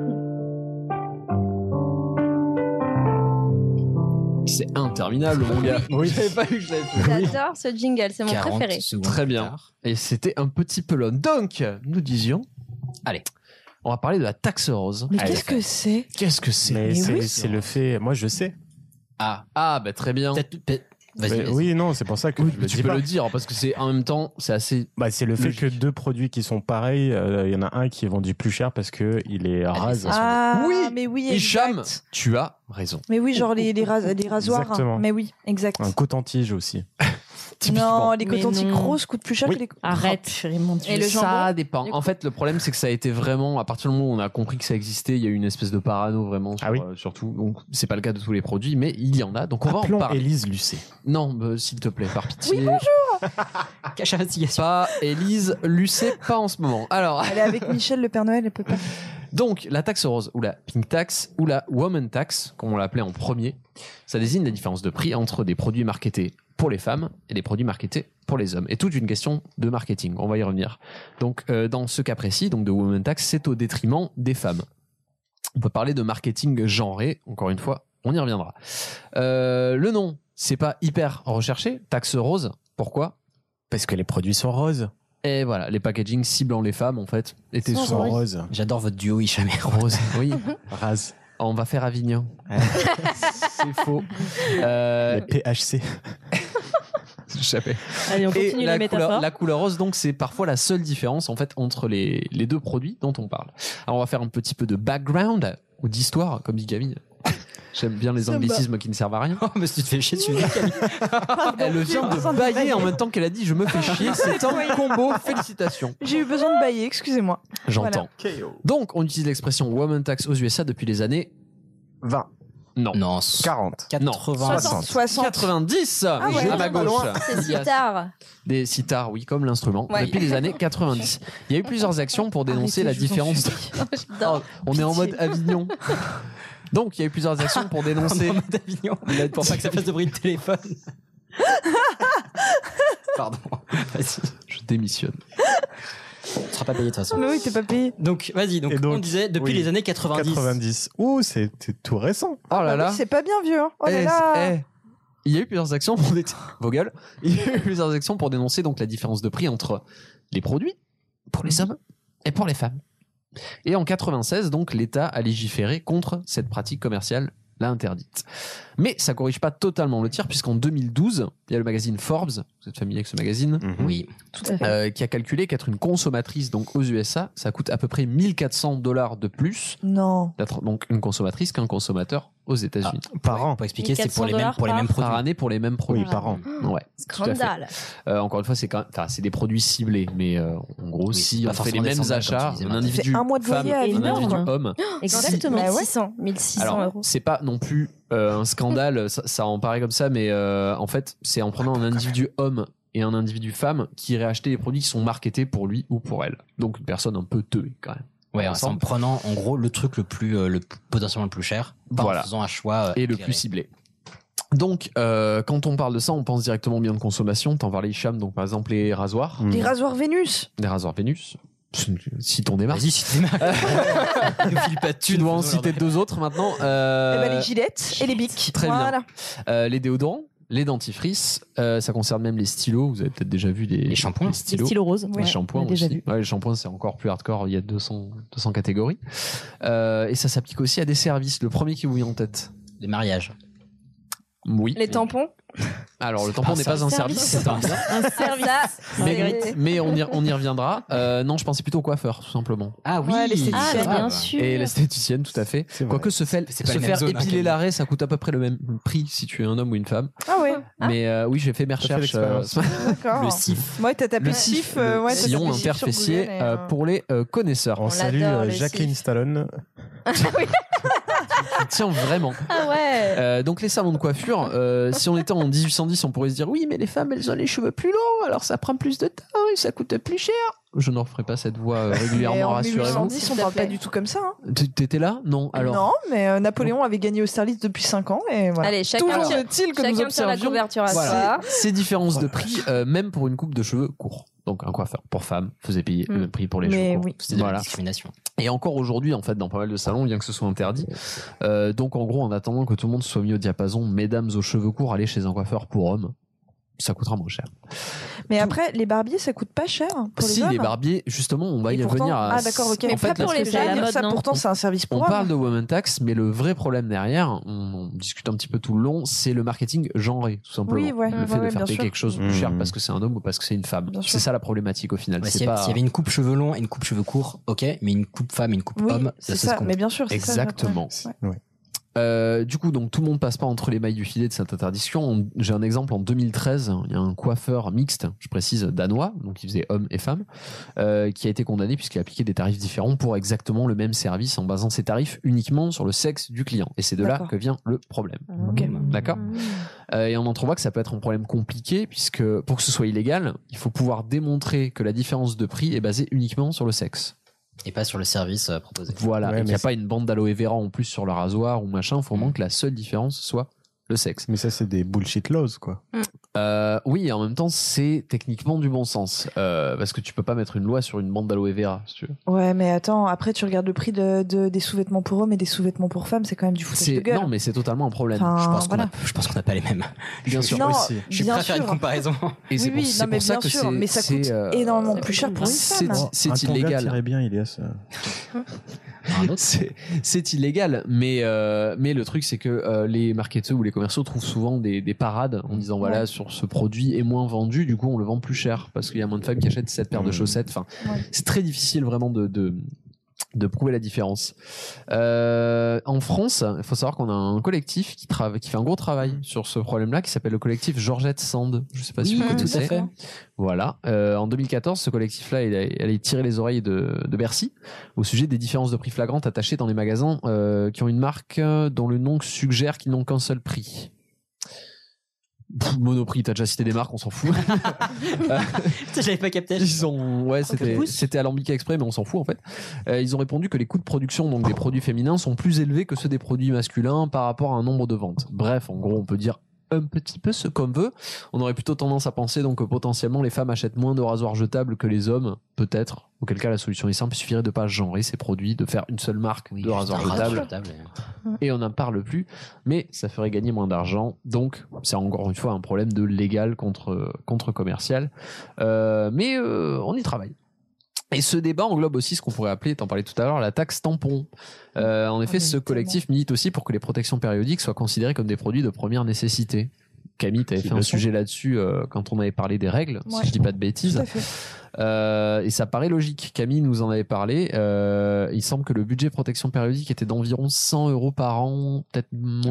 C'est interminable, mon gars. Oui. J'avais pas vu que je l'avais fait. J'adore ce jingle, c'est mon préféré. Très bien. Et c'était un petit peu long. Donc, nous disions... Allez. On va parler de la taxe rose. Mais qu'est-ce que c'est ? Qu'est-ce que c'est ? Mais c'est le fait... Moi, je sais. Ah, bah très bien. Vas-y. Oui, non, c'est pour ça que tu peux le dire, parce que c'est en même temps, c'est assez... Bah, c'est le fait que deux produits qui sont pareils, il y en a un qui est vendu plus cher parce qu'il est rase. Ah, oui, mais oui, Hicham, exact. tu as raison. Mais oui, genre les rasoirs. Exactement. Mais oui, exact. Un coton-tige aussi. Non, les cotons-tiges grosses coûtent plus cher que les... Arrête, chérie, mon Dieu. Et le jambon, ça dépend. En fait, le problème, c'est que ça a été vraiment, à partir du moment où on a compris que ça existait, il y a eu une espèce de parano vraiment sur tout. Donc, c'est pas le cas de tous les produits, mais il y en a. Donc, on va en parler. Élise Lucet. Non, s'il te plaît, par pitié. Oui, bonjour. Cache investigation. Pas Élise Lucet, pas en ce moment. Alors. Elle est avec Michel, le Père Noël, elle peut pas. Donc, la taxe rose, ou la pink tax, ou la woman tax, comme on l'appelait en premier, ça désigne la différence de prix entre des produits marketés pour les femmes et des produits marketés pour les hommes. Et toute une question de marketing, on va y revenir. Donc, dans ce cas précis, donc de woman tax, c'est au détriment des femmes. On peut parler de marketing genré, encore une fois, on y reviendra. Le nom, c'est pas hyper recherché, taxe rose, pourquoi ? Parce que les produits sont roses. Et voilà, les packaging ciblant les femmes, en fait, étaient souvent roses. J'adore votre duo Hicham et rose. Oui. Rase. On va faire Avignon. C'est faux. Les PHC. Jamais. Allez, on continue la métaphore. La couleur rose, donc, c'est parfois la seule différence, en fait, entre les deux produits dont on parle. Alors, on va faire un petit peu de background, ou d'histoire, comme dit Camille. J'aime bien les anglicismes qui ne servent à rien. Oh, mais si tu te fais chier, tu dis Camille. Elle vient de bailler en même temps qu'elle a dit je me fais chier. C'est un combo. Félicitations. J'ai eu besoin de bailler, excusez-moi. J'entends. Voilà. Donc, on utilise l'expression woman tax aux USA depuis les années 20. Non. 40. 80. 60. 90. Ah ouais, à ma gauche. C'est sitar. Des sitars, oui, comme l'instrument. Ouais. Depuis les années 90. Il y a eu plusieurs actions pour dénoncer la différence. On est en mode Avignon. Donc, il y a eu plusieurs actions pour dénoncer. Avignon. Pour pas que ça fasse de bruit de téléphone. Pardon. Vas-y. Je démissionne. Tu seras pas payé de toute façon. Mais oui, t'es pas payé. Donc, vas-y. Donc, on disait depuis les années 90. 90. Ouh, c'est tout récent. Oh là là. C'est pas bien vieux. Hein. Oh là là. Il y a eu plusieurs actions pour vos gueules. Il y a eu plusieurs actions pour dénoncer donc la différence de prix entre les produits pour les hommes et pour les femmes. Et en 96, donc, l'État a légiféré contre cette pratique commerciale là interdite. Mais ça corrige pas totalement le tir, puisqu'en 2012, il y a le magazine Forbes, vous êtes familier avec ce magazine ? Oui, tout à fait. Qui a calculé qu'être une consommatrice donc aux USA, ça coûte à peu près $1,400 de plus d'être donc une consommatrice qu'un consommateur aux États-Unis. Par an. Pour expliquer, c'est pour les mêmes produits. Par année pour les mêmes produits. Oui, par an. Ouais. Scandale. Encore une fois, c'est des produits ciblés, mais en gros, Oui, si pas on fait les mêmes forcément achats, des un centaines. individu C'est un mois de femme, loyer à un individu énorme. homme. Exactement. 1600 Alors, euros. c'est pas non plus un scandale, ça en paraît comme ça, mais en fait, c'est en prenant un individu homme et un individu femme qui irait acheter les produits qui sont marketés pour lui ou pour elle. Donc une personne un peu teubée quand même. Ouais, c'est en prenant en gros le truc le plus potentiellement le plus cher, en faisant un choix et le plus ciblé. Donc, quand on parle de ça, on pense directement aux biens de consommation. T'en parlais, Hicham, donc par exemple les rasoirs. Les rasoirs Vénus. Des rasoirs Vénus. Si t'en démarres. Vas-y, si tu démarres. Ne file pas de Tu thunes, dois en faisons citer leur- deux autres maintenant. Les gilettes et les bics. Très Voilà. bien. Les déodorants, les dentifrices, ça concerne même les stylos. Vous avez peut-être déjà vu les shampoings. Les stylos roses. Les Ouais, shampoings on a déjà aussi. vu. Ouais, les shampoings, c'est encore plus hardcore. Il y a 200 catégories. Et ça s'applique aussi à des services. Le premier qui vous vient en tête. Les mariages. Oui. Les tampons. Alors, le tampon n'est pas un service, c'est un bien. Un service. Mais on y reviendra. Non, je pensais plutôt au coiffeur, tout simplement. Ah oui, l'esthéticienne. bien sûr. Et l'esthéticienne, tout à fait. Quoique se faire épiler l'arrêt, ça coûte à peu près le même prix si tu es un homme ou une femme. Ah ouais. Mais oui, j'ai fait mes recherches. D'accord. Le CIF. Ouais, t'as tapé CIF. Le sillon interfessier pour les connaisseurs. On salue Jacqueline Stallone. Tiens, vraiment. Ah ouais. Donc les salons de coiffure, si on était en 1810, on pourrait se dire oui, mais les femmes, elles ont les cheveux plus longs, alors ça prend plus de temps et ça coûte plus cher. Je n'en ferai pas cette voix régulièrement, rassurez-vous. En 1810, on parle pas du tout comme ça. Hein. T'étais là? Non, alors. Non, mais Napoléon avait gagné Austerlitz depuis 5 ans et voilà. Allez, chacun Toujours tire- est-il que nous chacun tire la observions couverture à Voilà. soi. Ces différences de prix, même pour une coupe de cheveux courts. Donc un coiffeur pour femmes faisait payer le prix pour les cheveux courts. C'était de la discrimination. Et encore aujourd'hui, en fait, dans pas mal de salons, bien que ce soit interdit. Donc en gros, en attendant que tout le monde soit mis au diapason, mesdames aux cheveux courts, allez chez un coiffeur pour hommes. Ça coûtera moins cher. Mais après, les barbiers, ça coûte pas cher pour les hommes. Les barbiers, justement, on va y revenir. Ah d'accord, ok. En fait, pour les femmes, ça pourtant c'est un service pour on hommes. parle de woman tax, mais le vrai problème derrière, on discute un petit peu tout le long, c'est le marketing genré, tout simplement. Oui, ouais, le fait de faire bien payer sûr. quelque chose plus cher parce que c'est un homme ou parce que c'est une femme. C'est ça la problématique au final. Ouais, c'est s'il pas... y avait une coupe cheveux longs et une coupe cheveux courts, ok, mais une coupe femme et une coupe homme, c'est ça. Mais bien sûr, c'est exactement. ça. Ouais. Du coup, donc tout le monde passe pas entre les mailles du filet de cette interdiction. J'ai un exemple en 2013. Il y a un coiffeur mixte, je précise danois, donc il faisait hommes et femmes, qui a été condamné puisqu'il a appliqué des tarifs différents pour exactement le même service en basant ses tarifs uniquement sur le sexe du client. Et c'est de là que vient le problème. D'accord. Et on entrevoit que ça peut être un problème compliqué puisque pour que ce soit illégal, il faut pouvoir démontrer que la différence de prix est basée uniquement sur le sexe. Et pas sur le service proposé. Voilà, Ouais, et qu'il n'y a mais pas une bande d'aloe vera en plus sur le rasoir ou machin, il faut vraiment que la seule différence soit le sexe. Mais ça, c'est des bullshit laws, quoi. Oui, et en même temps, c'est techniquement du bon sens. Parce que tu peux pas mettre une loi sur une bande d'aloe vera, si tu veux. Ouais, mais attends, après tu regardes le prix des sous-vêtements pour hommes et des sous-vêtements pour femmes, c'est quand même du foutage de gueule. Non, mais c'est totalement un problème. Enfin, je pense qu'on n'a pas les mêmes. Bien sûr. Non, aussi. Je bien préfère sûr. une comparaison. Et c'est oui, non, mais bien sûr, mais ça coûte énormément plus cher pour une femme. C'est illégal. Très bien, Ilias. C'est illégal, mais le truc c'est que les marketeurs ou les commerciaux trouvent souvent des parades en disant voilà, sur ce produit est moins vendu, du coup on le vend plus cher parce qu'il y a moins de femmes qui achètent cette paire de chaussettes. Enfin, c'est très difficile vraiment de prouver la différence. En France, il faut savoir qu'on a un collectif qui fait un gros travail sur ce problème-là, qui s'appelle le collectif Georgette Sand. Je sais pas si vous connaissez. Tout à fait. Voilà. En 2014, ce collectif-là, il allait tirer les oreilles de Bercy au sujet des différences de prix flagrantes attachées dans les magasins qui ont une marque dont le nom suggère qu'ils n'ont qu'un seul prix. Monoprix, t'as déjà cité des marques, on s'en fout. J'avais pas capté. C'était Alambic Exprès, mais on s'en fout en fait. Ils ont répondu que les coûts de production donc des produits féminins sont plus élevés que ceux des produits masculins par rapport à un nombre de ventes. Bref, en gros, on peut dire un petit peu ce qu'on veut. On aurait plutôt tendance à penser donc que potentiellement les femmes achètent moins de rasoirs jetables que les hommes, peut-être. Auquel cas la solution est simple, il suffirait de pas genrer ces produits, de faire une seule marque de rasoirs jetables. Et on n'en parle plus, mais ça ferait gagner moins d'argent. Donc c'est encore une fois un problème de légal contre commercial. Mais on y travaille. Et ce débat englobe aussi ce qu'on pourrait appeler, t'en parlais tout à l'heure, la taxe tampon. En effet, ce collectif milite aussi pour que les protections périodiques soient considérées comme des produits de première nécessité. Camille, t'avais fait un sujet là-dessus quand on avait parlé des règles, si je dis pas de bêtises. Tout à fait. Et ça paraît logique. Camille nous en avait parlé. Il semble que le budget protection périodique était d'environ 100 € par an, peut-être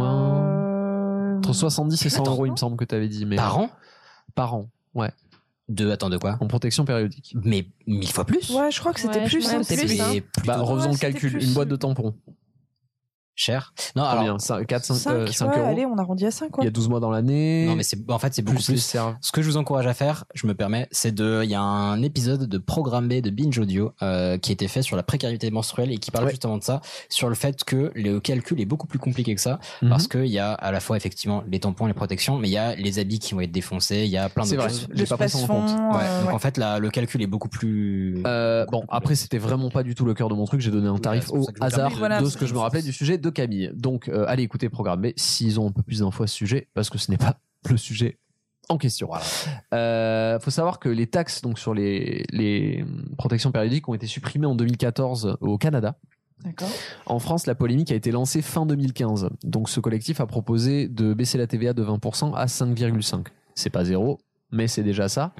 moins. Entre 70 et 100 €, il me semble que t'avais dit. Mais Par an? Par an, ouais. De quoi? En protection périodique. Mais 1000 fois plus? Ouais, je crois que c'était plus. Refaisons le calcul. Une boîte de tampons. Cher. Non, combien? alors 5 5 €. Allez, on arrondit à 5 quoi. Il y a 12 mois dans l'année. Non, mais en fait, c'est beaucoup plus. Ce que je vous encourage à faire, je me permets, il y a un épisode de Programme B de Binge Audio, qui a été fait sur la précarité menstruelle et qui parle justement de ça, sur le fait que le calcul est beaucoup plus compliqué que ça, parce qu'il y a à la fois effectivement les tampons, les protections, mais il y a les habits qui vont être défoncés, il y a plein d'autres choses. J'ai pas pris ça en compte. Donc en fait, le calcul est beaucoup plus. Bon, après, c'était vraiment pas du tout le cœur de mon truc. J'ai donné un tarif au hasard de ce que je me rappelais du sujet de Camille. Donc, allez écouter Programme B s'ils ont un peu plus d'infos à ce sujet, parce que ce n'est pas le sujet en question. Faut savoir que les taxes donc sur les protections périodiques ont été supprimées en 2014 au Canada. D'accord. En France, la polémique a été lancée fin 2015. Donc ce collectif a proposé de baisser la TVA de 20% à 5,5. C'est pas zéro, mais c'est déjà ça.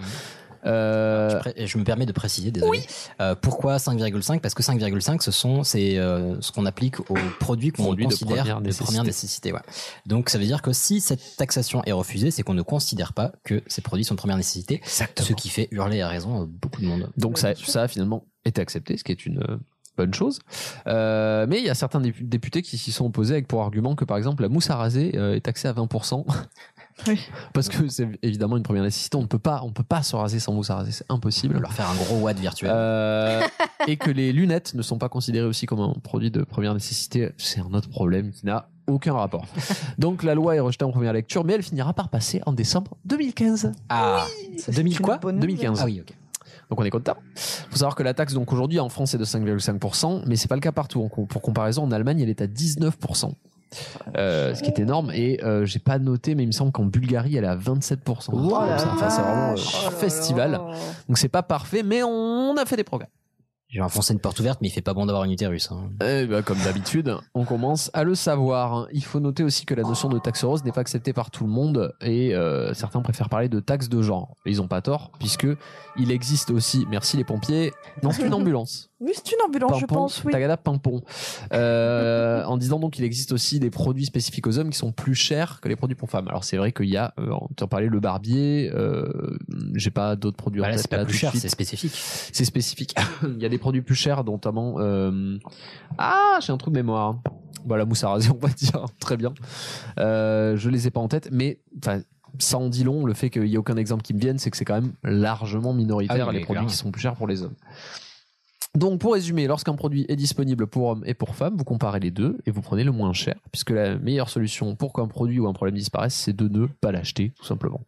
Je me permets de préciser, désolé. Pourquoi 5,5 ? Parce que 5,5, c'est ce qu'on applique aux produits qu'on considère de première nécessité. Ouais. Donc ça veut dire que si cette taxation est refusée, c'est qu'on ne considère pas que ces produits sont de première nécessité. Exactement. Ce qui fait hurler à raison beaucoup de monde. Donc ça a finalement été accepté, ce qui est une bonne chose. Mais il y a certains députés qui s'y sont opposés avec pour argument que par exemple la mousse à raser est taxée à 20%. Oui. Parce que c'est évidemment une première nécessité. On ne peut pas se raser sans mousse à raser, c'est impossible. Leur faire un gros watt virtuel. Et que les lunettes ne sont pas considérées aussi comme un produit de première nécessité, c'est un autre problème qui n'a aucun rapport. Donc la loi est rejetée en première lecture, mais elle finira par passer en décembre 2015. Ah, oui, 2000 quoi 2015. Ah oui, ok. Donc on est content. Faut savoir que la taxe donc aujourd'hui en France est de 5,5%, mais c'est pas le cas partout. Pour comparaison, en Allemagne, elle est à 19%. Ce qui est énorme, et j'ai pas noté, mais il me semble qu'en Bulgarie elle est à 27%. Enfin, c'est vraiment festival. Donc c'est pas parfait, mais on a fait des progrès. J'ai enfoncé une porte ouverte, mais il fait pas bon d'avoir un utérus. Comme d'habitude, on commence à le savoir. Il faut noter aussi que la notion de taxe rose n'est pas acceptée par tout le monde, et certains préfèrent parler de taxe de genre. Et ils ont pas tort, puisque il existe aussi, merci les pompiers, non, c'est une ambulance. Oui, c'est une ambulance, je pense, oui. Tagada Pimpon. En disant donc qu'il existe aussi des produits spécifiques aux hommes qui sont plus chers que les produits pour femmes. Alors c'est vrai qu'il y a, tu en parlais, le barbier, j'ai pas d'autres produits en tête. C'est pas plus cher, c'est spécifique. C'est spécifique. Il y a des produits plus chers, notamment, j'ai un trou de mémoire. Bah, la mousse à raser, on va dire. Très bien. Je les ai pas en tête, mais, ça en dit long. Le fait qu'il y ait aucun exemple qui me vienne, c'est que c'est quand même largement minoritaire, les produits qui sont plus chers pour les hommes. Donc, pour résumer, lorsqu'un produit est disponible pour hommes et pour femmes, vous comparez les deux et vous prenez le moins cher, puisque la meilleure solution pour qu'un produit ou un problème disparaisse, c'est de ne pas l'acheter, tout simplement.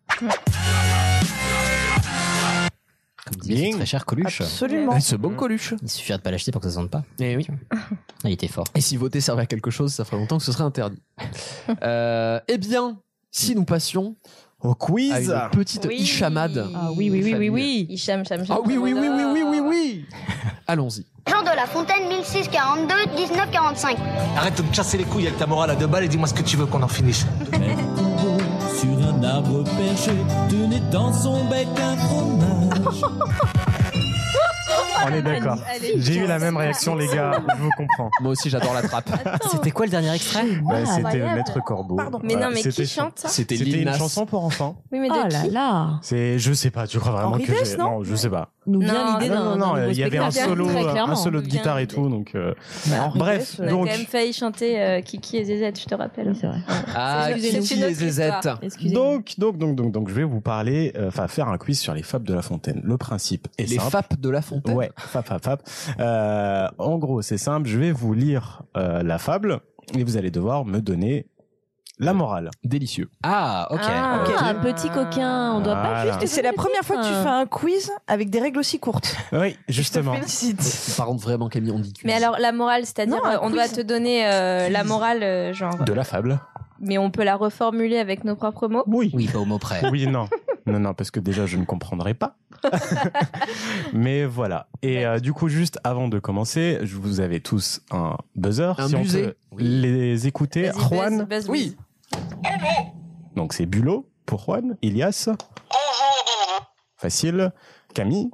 Comme disait ce très cher Coluche. Absolument. Ce bon Coluche. Il suffirait de pas l'acheter pour que ça se vende pas. Et oui. Il était fort. Et si voter servait à quelque chose, ça ferait longtemps que ce serait interdit. Eh bien, si nous passions au quiz, à une petite Ishamad. Ah oui. Hicham. Ah oui. Allons-y. Jean de La Fontaine, 1642, 1945. Arrête de me casser les couilles avec ta morale à 2 balles et dis-moi ce que tu veux qu'on en finisse. Sur un arbre perché, tenait dans son bec un fromage. On est d'accord. J'ai eu la même réaction, les gars. Je vous comprends. Moi aussi, j'adore la trappe. C'était quoi le dernier extrait ? C'était Maître Corbeau. Pardon. Mais non, mais qui chante ça ? C'était une chanson pour enfants. Oui, mais de qui ? Là. Je sais pas. Tu crois vraiment Henri que Dess, non, je sais pas. Nous vient l'idée d'un non, il y avait un solo de guitare et tout, donc. Bref, on a quand même failli chanter Kiki et Zézette, je te rappelle. Oui, c'est vrai. Ah, Kiki et Zézette. Donc, je vais vous parler, faire un quiz sur les fables de La Fontaine. Le principe est simple. Les fables de La Fontaine. Ouais, fap. En gros, c'est simple. Je vais vous lire la fable et vous allez devoir me donner la morale. Délicieux. Ah, ok. Un petit coquin. On doit pas juste. Et c'est la première fois que tu fais un quiz avec des règles aussi courtes. Oui, justement. Je te félicite. Par contre, vraiment, Camille, on dit quiz. Mais alors, la morale, c'est-à-dire, on doit te donner la morale, genre. De la fable. Mais on peut la reformuler avec nos propres mots ? Oui, pas au mot près. Oui, non, parce que déjà, je ne comprendrai pas. Mais voilà. Et du coup, juste avant de commencer, vous avez tous un buzzer. Si on peut les écouter. Juan. Buzz. Oui. Donc c'est Bulot pour Juan. Ilias. Facile. Camille.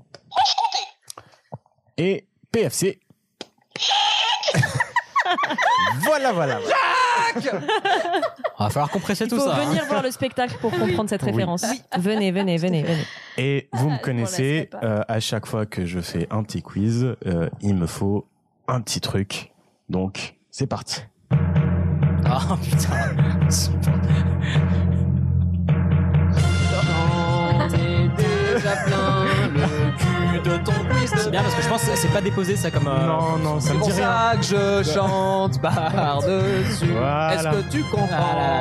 Et PFC. Voilà. Il va falloir compresser tout ça. Il faut venir voir le spectacle pour comprendre cette référence. Oui. Venez. Et vous me connaissez, à chaque fois que je fais un petit quiz, il me faut un petit truc. Donc, c'est parti. Oh putain. Super. T'es déjà plein le cul de ton quiz. C'est bien parce que je pense que c'est pas déposé ça comme. Non, ça me dit rien. C'est pour ça que je chante par-dessus. Voilà. Est-ce que tu comprends ?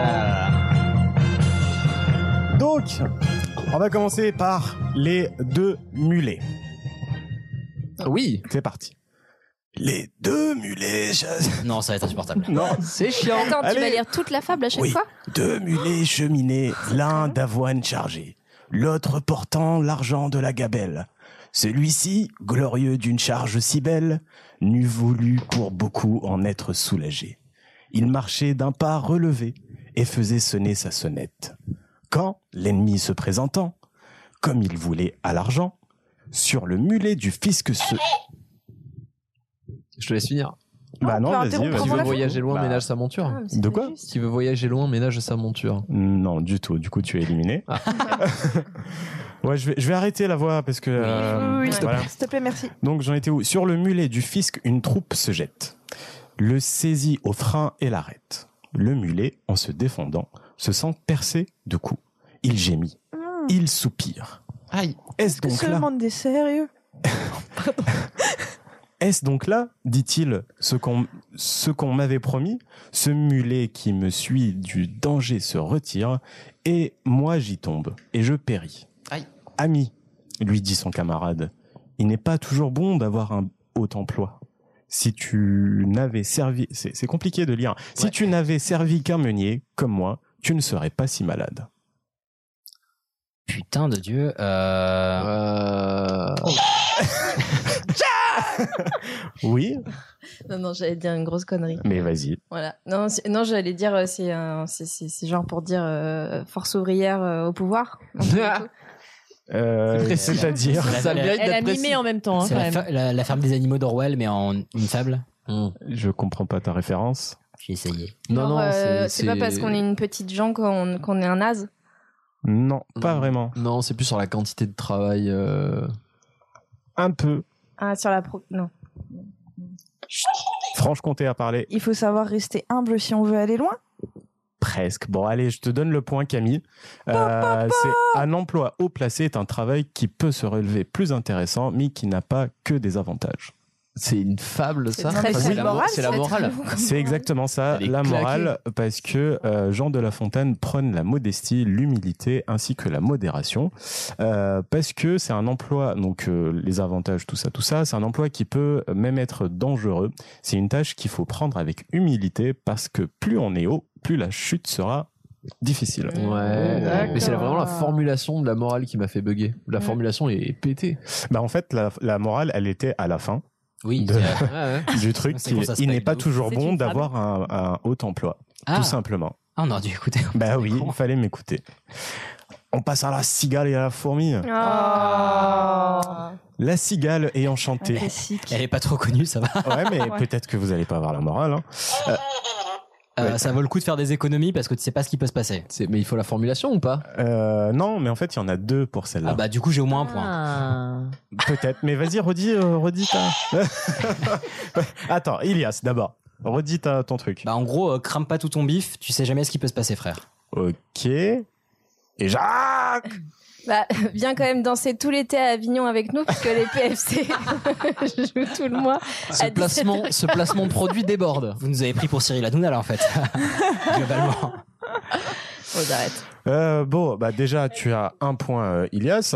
Donc, on va commencer par les 2 mulets. Oui. C'est parti. Les 2 mulets. Non, ça va être insupportable. Non, c'est chiant. Attends, tu vas lire toute la fable à chaque fois ? 2 mulets cheminaient, l'un d'avoine chargé, l'autre portant l'argent de la gabelle. Celui-ci, glorieux d'une charge si belle, n'eût voulu pour beaucoup en être soulagé. Il marchait d'un pas relevé et faisait sonner sa sonnette. Quand, l'ennemi se présentant, comme il voulait à l'argent, sur le mulet du fisc se... Je te laisse finir. Bah non, vas-y. Qui veut voyager loin ménage sa monture. De quoi? Qui veut voyager loin ménage sa monture. Non, du tout. Du coup, tu es éliminé. Ouais, je vais arrêter la voix parce que... Oui, voilà. s'il te plaît, merci. Donc j'en étais où? Sur le mulet du fisc, une troupe se jette. Le saisit au frein et l'arrête. Le mulet, en se défendant, se sent percé de coups. Il gémit. Il soupire. Aïe. Est-ce donc là? Des sérieux? Est-ce donc là, dit-il, ce qu'on m'avait promis? Ce mulet qui me suit du danger se retire, et moi j'y tombe, et je péris. Aïe. Ami, lui dit son camarade, il n'est pas toujours bon d'avoir un haut emploi. Si tu n'avais servi... C'est compliqué de lire. Si tu n'avais servi qu'un meunier, comme moi, tu ne serais pas si malade. Putain de Dieu. Oui. Non, j'allais dire une grosse connerie. Mais vas-y. Voilà. Non, j'allais dire c'est genre pour dire force ouvrière au pouvoir. C'est-à-dire Elle a mimé en même temps. C'est la ferme des animaux d'Orwell, mais en une fable. Je comprends pas ta référence. J'ai essayé. Non, c'est pas parce qu'on est une petite gens qu'on est un naze. Non, pas vraiment. Non, c'est plus sur la quantité de travail. Un peu. Ah, sur la non. Franche-Comté a parlé. Il faut savoir rester humble si on veut aller loin. Presque. Bon, allez, je te donne le point, Camille. C'est un emploi haut placé est un travail qui peut se relever plus intéressant, mais qui n'a pas que des avantages. C'est une fable, ça? C'est la morale. C'est exactement ça, la morale, parce que Jean de La Fontaine prône la modestie, l'humilité ainsi que la modération, parce que c'est un emploi, donc les avantages, tout ça, c'est un emploi qui peut même être dangereux. C'est une tâche qu'il faut prendre avec humilité, parce que plus on est haut, plus la chute sera difficile. Ouais. Mais c'est vraiment la formulation de la morale qui m'a fait bugger. La formulation est pétée. Bah en fait, la morale, elle était à la fin. Oui, du truc. Il n'est pas toujours bon d'avoir un haut emploi, tout simplement. Ah, on aurait dû écouter. Bah oui, il fallait m'écouter. On passe à la cigale et à la fourmi. La cigale ayant chanté. Elle est pas trop connue, ça va. Ouais, mais peut-être que vous allez pas avoir la morale. Ça vaut le coup de faire des économies parce que tu sais pas ce qui peut se passer. Mais il faut la formulation ou pas? Non, mais en fait, il y en a deux pour celle-là. Ah bah du coup, j'ai au moins un point. Peut-être, mais vas-y, redis ta... Attends, Ilias, d'abord. Redis ton truc. Bah en gros, crame pas tout ton bif, tu sais jamais ce qui peut se passer, frère. Ok. Et Jacques! Bah, viens quand même danser tout l'été à Avignon avec nous, puisque les PFC jouent tout le mois. Ce placement de produit déborde. Vous nous avez pris pour Cyril Hanouna, là, en fait. Globalement. On arrête. Bon, bah déjà, tu as un point, Ilias.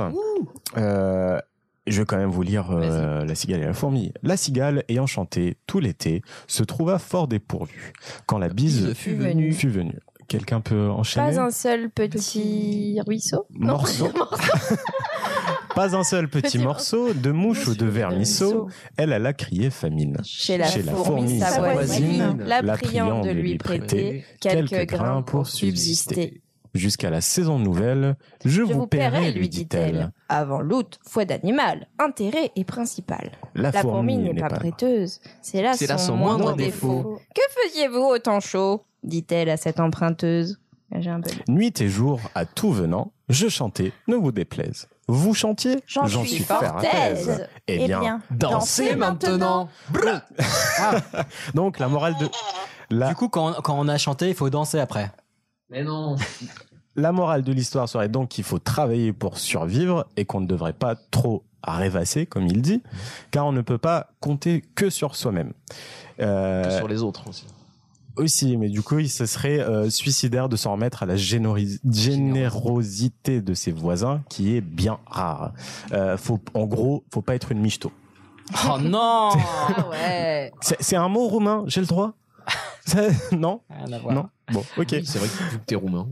Je vais quand même vous lire La cigale et la fourmi. La cigale, ayant chanté tout l'été, se trouva fort dépourvue quand la bise fut venue. Quelqu'un peut enchaîner? Pas un seul petit ruisseau? Morceau. Pas un seul petit morceau de mouche ou de vermisseau. Elle alla crier famine. Chez la fourmi, sa voisine, la priant de lui prêter quelques grains pour subsister. Jusqu'à la saison nouvelle, je vous paierai, lui dit-elle. Avant l'août, foi d'animal, intérêt est principal. La fourmi n'est pas prêteuse, c'est là son moindre défaut. Que faisiez-vous au temps chaud? Dit-elle à cette emprunteuse. J'ai un peu... Nuit et jour, à tout venant, je chantais, ne vous déplaise. Vous chantiez? J'en suis fort aise. Eh bien, dansez maintenant. Donc, la morale de... Du coup, quand on a chanté, il faut danser après. Mais non. La morale de l'histoire serait donc qu'il faut travailler pour survivre et qu'on ne devrait pas trop rêvasser, comme il dit, car on ne peut pas compter que sur soi-même. Que sur les autres aussi. Aussi, mais du coup, il se serait suicidaire de s'en remettre à la générosité de ses voisins, qui est bien rare. En gros, faut pas être une michto. Oh non. Ah ouais. C'est un mot roumain, j'ai le droit? Non. Non. Bon, ok. Oui, c'est vrai que t'es roumain.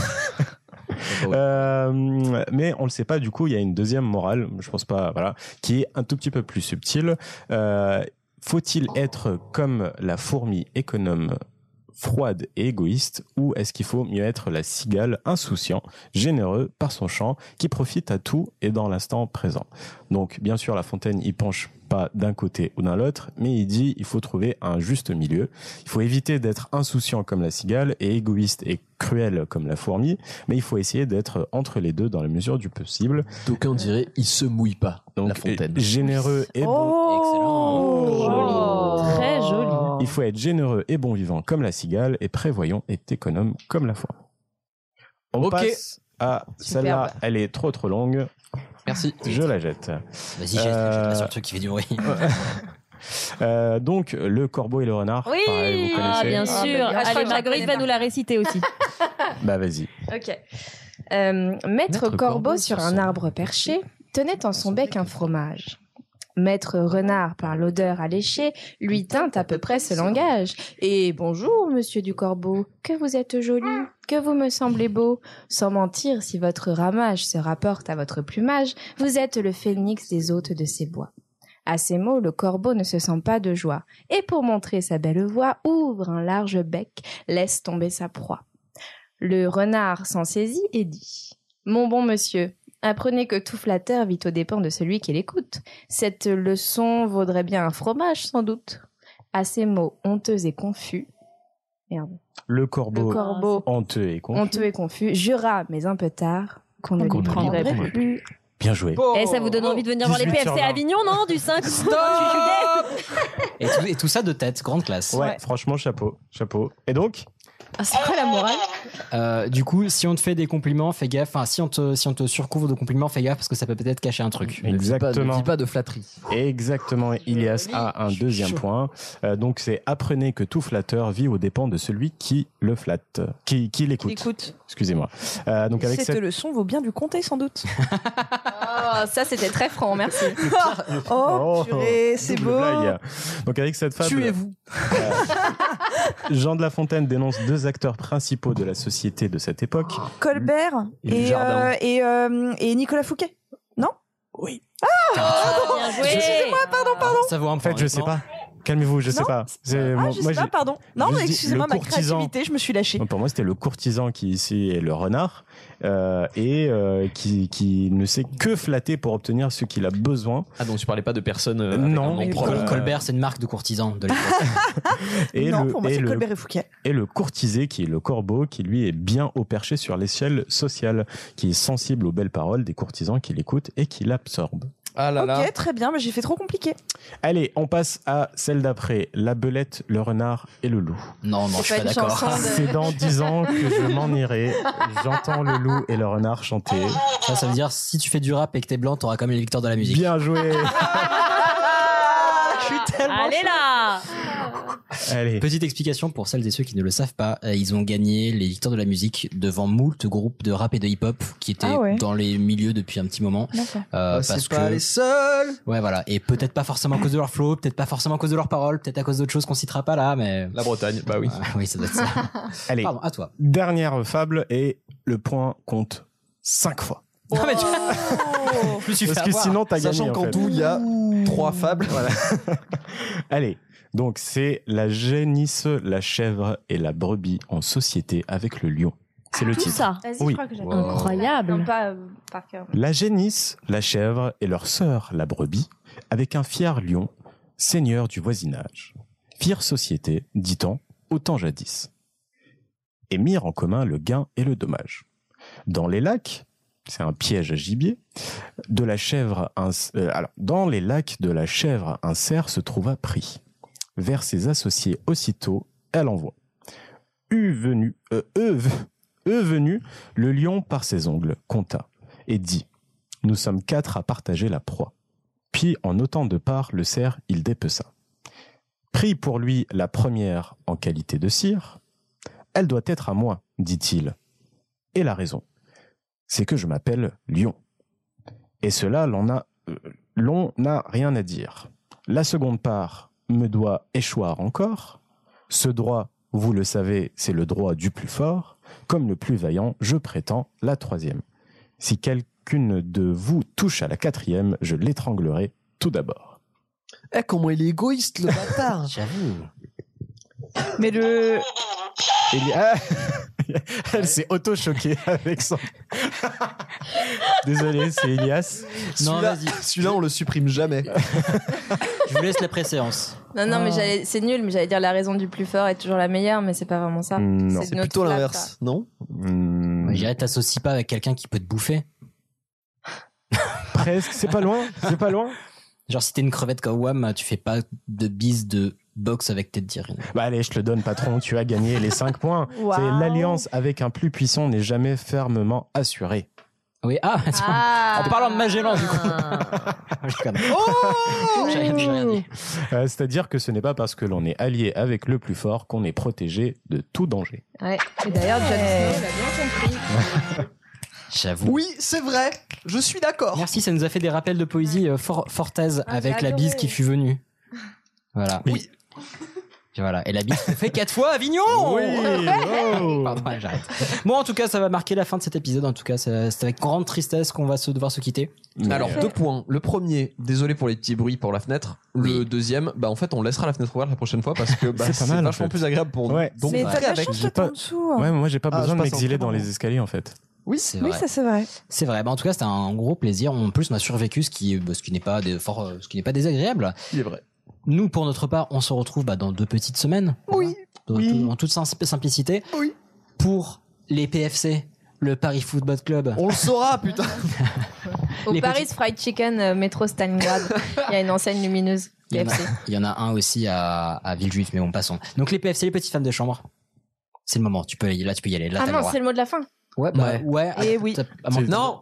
Mais on le sait pas. Du coup, il y a une deuxième morale. Je pense pas. Voilà, qui est un tout petit peu plus subtile. faut-il être comme la fourmi économe, froide et égoïste, ou est-ce qu'il faut mieux être la cigale, insouciant, généreux par son chant, qui profite à tout et dans l'instant présent? Donc, bien sûr, La Fontaine, il penche pas d'un côté ou d'un l'autre, mais il dit il faut trouver un juste milieu. Il faut éviter d'être insouciant comme la cigale et égoïste et cruel comme la fourmi, mais il faut essayer d'être entre les deux dans la mesure du possible. D'aucuns diraient il se mouille pas. Donc, La Fontaine. Généreux et bon. Excellent. Très joli. Il faut être généreux et bon vivant comme la cigale et prévoyant et économe comme la fourmi. On passe à celle-là, elle est trop longue. Merci. Je la jette. Vas-y, jette-la sur le truc qui fait du bruit. Donc, le corbeau et le renard. Oui, pareil, vous connaissez. Bien sûr. Allez, Marguerite va nous la réciter aussi. Bah, vas-y. Ok. Maître Corbeau sur un arbre perché tenait en son bec un fromage. Maître Renard, par l'odeur alléchée, lui tint à peu près ce langage. « Et bonjour, monsieur du Corbeau, que vous êtes joli, que vous me semblez beau. Sans mentir, si votre ramage se rapporte à votre plumage, vous êtes le phénix des hôtes de ces bois. » À ces mots, le corbeau ne se sent pas de joie, et pour montrer sa belle voix, ouvre un large bec, laisse tomber sa proie. Le renard s'en saisit et dit « Mon bon monsieur, apprenez que tout flatteur vit aux dépens de celui qui l'écoute. Cette leçon vaudrait bien un fromage, sans doute. » À ces mots honteux et confus, le corbeau honteux et confus, jura, mais un peu tard, qu'on ne lui prendrait plus. Bien joué. Et ça vous donne envie de venir voir les PFC à Avignon, non? Du 5 au 28 juillet. Et tout ça de tête, grande classe. Ouais, franchement, chapeau. Et donc? C'est quoi la morale? Du coup, si on te fait des compliments, fais gaffe. Enfin, si on te surcouvre de compliments, fais gaffe parce que ça peut peut-être cacher un truc. Exactement. Ne dis pas de flatterie. Exactement. Ilias a un deuxième point. Donc, c'est apprenez que tout flatteur vit aux dépens de celui qui le flatte, qui l'écoute. Excusez-moi. Donc, avec cette leçon vaut bien du comté, sans doute. Oh, ça, c'était très franc. Merci. Purée, c'est beau. Blague. Donc, avec cette fable. Tuez-vous. Jean de La Fontaine dénonce deux acteurs principaux de la société de cette époque. Colbert et Nicolas Fouquet. Non? Oui. Bien joué. Excusez-moi, pardon. Ça vaut un En fait, je sais pas. Calmez-vous, je sais pas. Pardon. Non, mais excusez-moi, ma créativité, je me suis lâché. Pour moi, c'était le courtisan qui ici est le renard qui ne sait que flatter pour obtenir ce qu'il a besoin. Ah, donc tu parlais pas de personne non. Colbert, c'est une marque de courtisan de l'époque. Pour moi, c'est Colbert et Fouquet. Et le courtisé, qui est le corbeau, qui lui est bien haut perché sur l'échelle sociale, qui est sensible aux belles paroles des courtisans qui l'écoutent et qui l'absorbent. Ah là là. Ok, très bien, mais j'ai fait trop compliqué. Allez, on passe à celle d'après. La belette, le renard et le loup. Non, je suis pas d'accord. C'est dans 10 ans que je m'en irai. J'entends le loup et le renard chanter. Ça veut dire, si tu fais du rap et que t'es blanc, t'auras quand même les victoires de la musique. Bien joué. Je suis tellement Allez là. Allez. Petite explication pour celles et ceux qui ne le savent pas, ils ont gagné les victoires de la musique devant moult groupes de rap et de hip-hop qui étaient dans les milieux depuis un petit moment. C'est pas les seuls. Ouais, voilà. Et peut-être pas forcément à cause de leur flow, peut-être pas forcément à cause de leurs paroles, peut-être à cause d'autres choses qu'on citera pas là, mais... La Bretagne, bah oui. Oui, ça doit être ça. Allez. Pardon, à toi. Dernière fable et le point compte 5 fois. Non, mais je me suis fait Parce que sinon t'as gagné. Sachant qu'en tout il y a 3 fables. Voilà. Allez. Donc, c'est la génisse, la chèvre et la brebis en société avec le lion. C'est le titre. Ça. Oui. Incroyable. Non, pas par cœur. La génisse, la chèvre et leur sœur, la brebis, avec un fier lion, seigneur du voisinage, firent société, dit-on, au temps jadis, et mirent en commun le gain et le dommage. Dans les lacs, c'est un piège à gibier, dans les lacs de la chèvre, un cerf se trouva pris. Vers ses associés aussitôt, elle envoie. Venu, le lion par ses ongles compta et dit « Nous sommes 4 à partager la proie. » Puis en autant de parts, le cerf, il dépeça. Pris pour lui la première en qualité de cire, « Elle doit être à moi, dit-il. Et la raison, c'est que je m'appelle Lion. Et cela, l'on n'a rien à dire. La seconde part me doit échoir encore. Ce droit, vous le savez, c'est le droit du plus fort. Comme le plus vaillant, je prétends la 3e. Si quelqu'une de vous touche à la 4e, je l'étranglerai tout d'abord. Comment il est égoïste, le bâtard. J'avoue. Mais le... Elle s'est auto-choquée avec son... Désolé, c'est Elias. Non, vas-y. Celui-là, on le supprime jamais. Je vous laisse la préséance. Non, mais c'est nul, mais j'allais dire la raison du plus fort est toujours la meilleure, mais c'est pas vraiment ça. Non. C'est plutôt l'inverse, non? Je dirais, t'associes pas avec quelqu'un qui peut te bouffer. Presque, c'est pas loin. Genre, si t'es une crevette comme WAM, tu fais pas de bise de boxe avec tête d'Irine. Bah allez, je te le donne, patron, tu as gagné les 5 points. Wow. C'est l'alliance avec un plus puissant n'est jamais fermement assurée. Oui, en parlant de Magellan, du coup. J'ai rien dit. C'est-à-dire que ce n'est pas parce que l'on est allié avec le plus fort qu'on est protégé de tout danger. Ouais. Et d'ailleurs, Jon Snow l'a bien compris. J'avoue. Oui, c'est vrai. Je suis d'accord. Merci, ça nous a fait des rappels de poésie fortaise avec la bise qui fut venue. Voilà. Oui. Et voilà. Et la bise se fait 4 fois à Avignon. Oui. Pardon, j'arrête. Bon, en tout cas, ça va marquer la fin de cet épisode. En tout cas, c'est avec grande tristesse qu'on va devoir se quitter. Alors, 2 points. Le premier, désolé pour les petits bruits pour la fenêtre. Le deuxième, en fait, on laissera la fenêtre ouverte la prochaine fois parce que c'est pas mal, vachement plus agréable pour nous. Ouais. Donc, Mais t'as de la chance d'être en dessous. Ouais, moi j'ai pas besoin de je passe m'exiler en dans les escaliers en fait. Oui, c'est vrai. Oui, ça c'est vrai. C'est vrai. En tout cas, c'était un gros plaisir. En plus, on a survécu, ce qui n'est pas désagréable. Il est vrai. Nous, pour notre part, on se retrouve dans 2 petites semaines. Oui. En toute simplicité. Oui. Pour les PFC, le Paris Football Club. On le saura, putain. Au Paris Fried Chicken Métro Stalingrad, il y a une enseigne lumineuse. PFC. Il y en a un aussi à Villejuif, mais bon, passons. Donc les PFC, les petites femmes de chambre. C'est le moment. Tu peux y aller. Là, Ah non, c'est le mot de la fin. Ouais. Et oui. Non.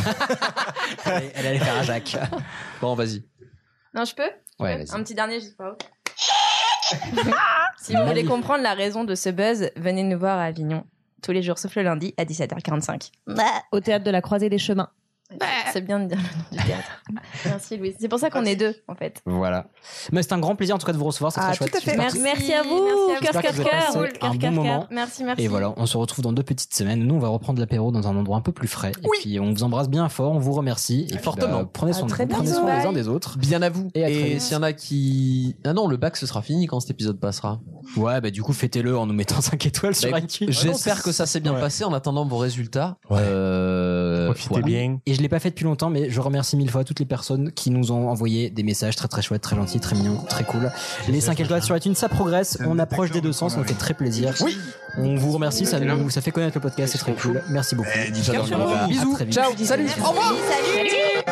Elle allait faire un Jacques. Bon, vas-y. Non, je peux? Ouais, vas-y. Un petit dernier, je sais pas où. Si vous voulez comprendre la raison de ce buzz, venez nous voir à Avignon. Tous les jours, sauf le lundi, à 17h45. Au théâtre de la Croisée des Chemins. C'est bien de dire le nom du théâtre. Merci Louise. C'est pour ça qu'on est 2 en fait. Voilà. Mais c'est un grand plaisir en tout cas de vous recevoir, c'est très chouette. Tout à fait. Merci à vous. J'espère que vous avez passé un bon moment. Merci. Et voilà, on se retrouve dans 2 petites semaines. Nous, on va reprendre l'apéro dans un endroit un peu plus frais. Et puis, on vous embrasse bien fort, on vous remercie. Et fortement. Prenez soin de vous, prenez soin les uns des autres. Bien à vous. Et s'il y en a qui... Ah non, le bac, ce sera fini quand cet épisode passera. Ouais, du coup, fêtez-le en nous mettant 5 étoiles sur iTunes. J'espère que ça s'est bien passé en attendant vos résultats. Profitez bien. Et je l'ai pas fait depuis longtemps, mais je remercie 1000 fois toutes les personnes qui nous ont envoyé des messages très très chouettes, très gentils, très mignons, très cool. Les 5 étoiles sur iTunes, ça progresse. On approche des 200, ça nous fait très plaisir. Oui. On vous remercie, ça fait connaître le podcast, c'est très cool. Merci beaucoup. Bisous. Ciao. Salut. Au revoir. Salut.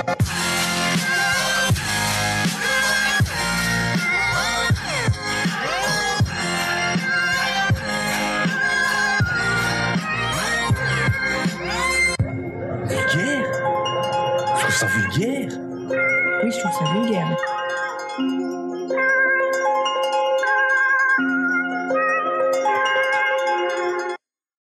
Vulgaire? Je trouve ça vulgaire. Oui, je trouve ça vulgaire.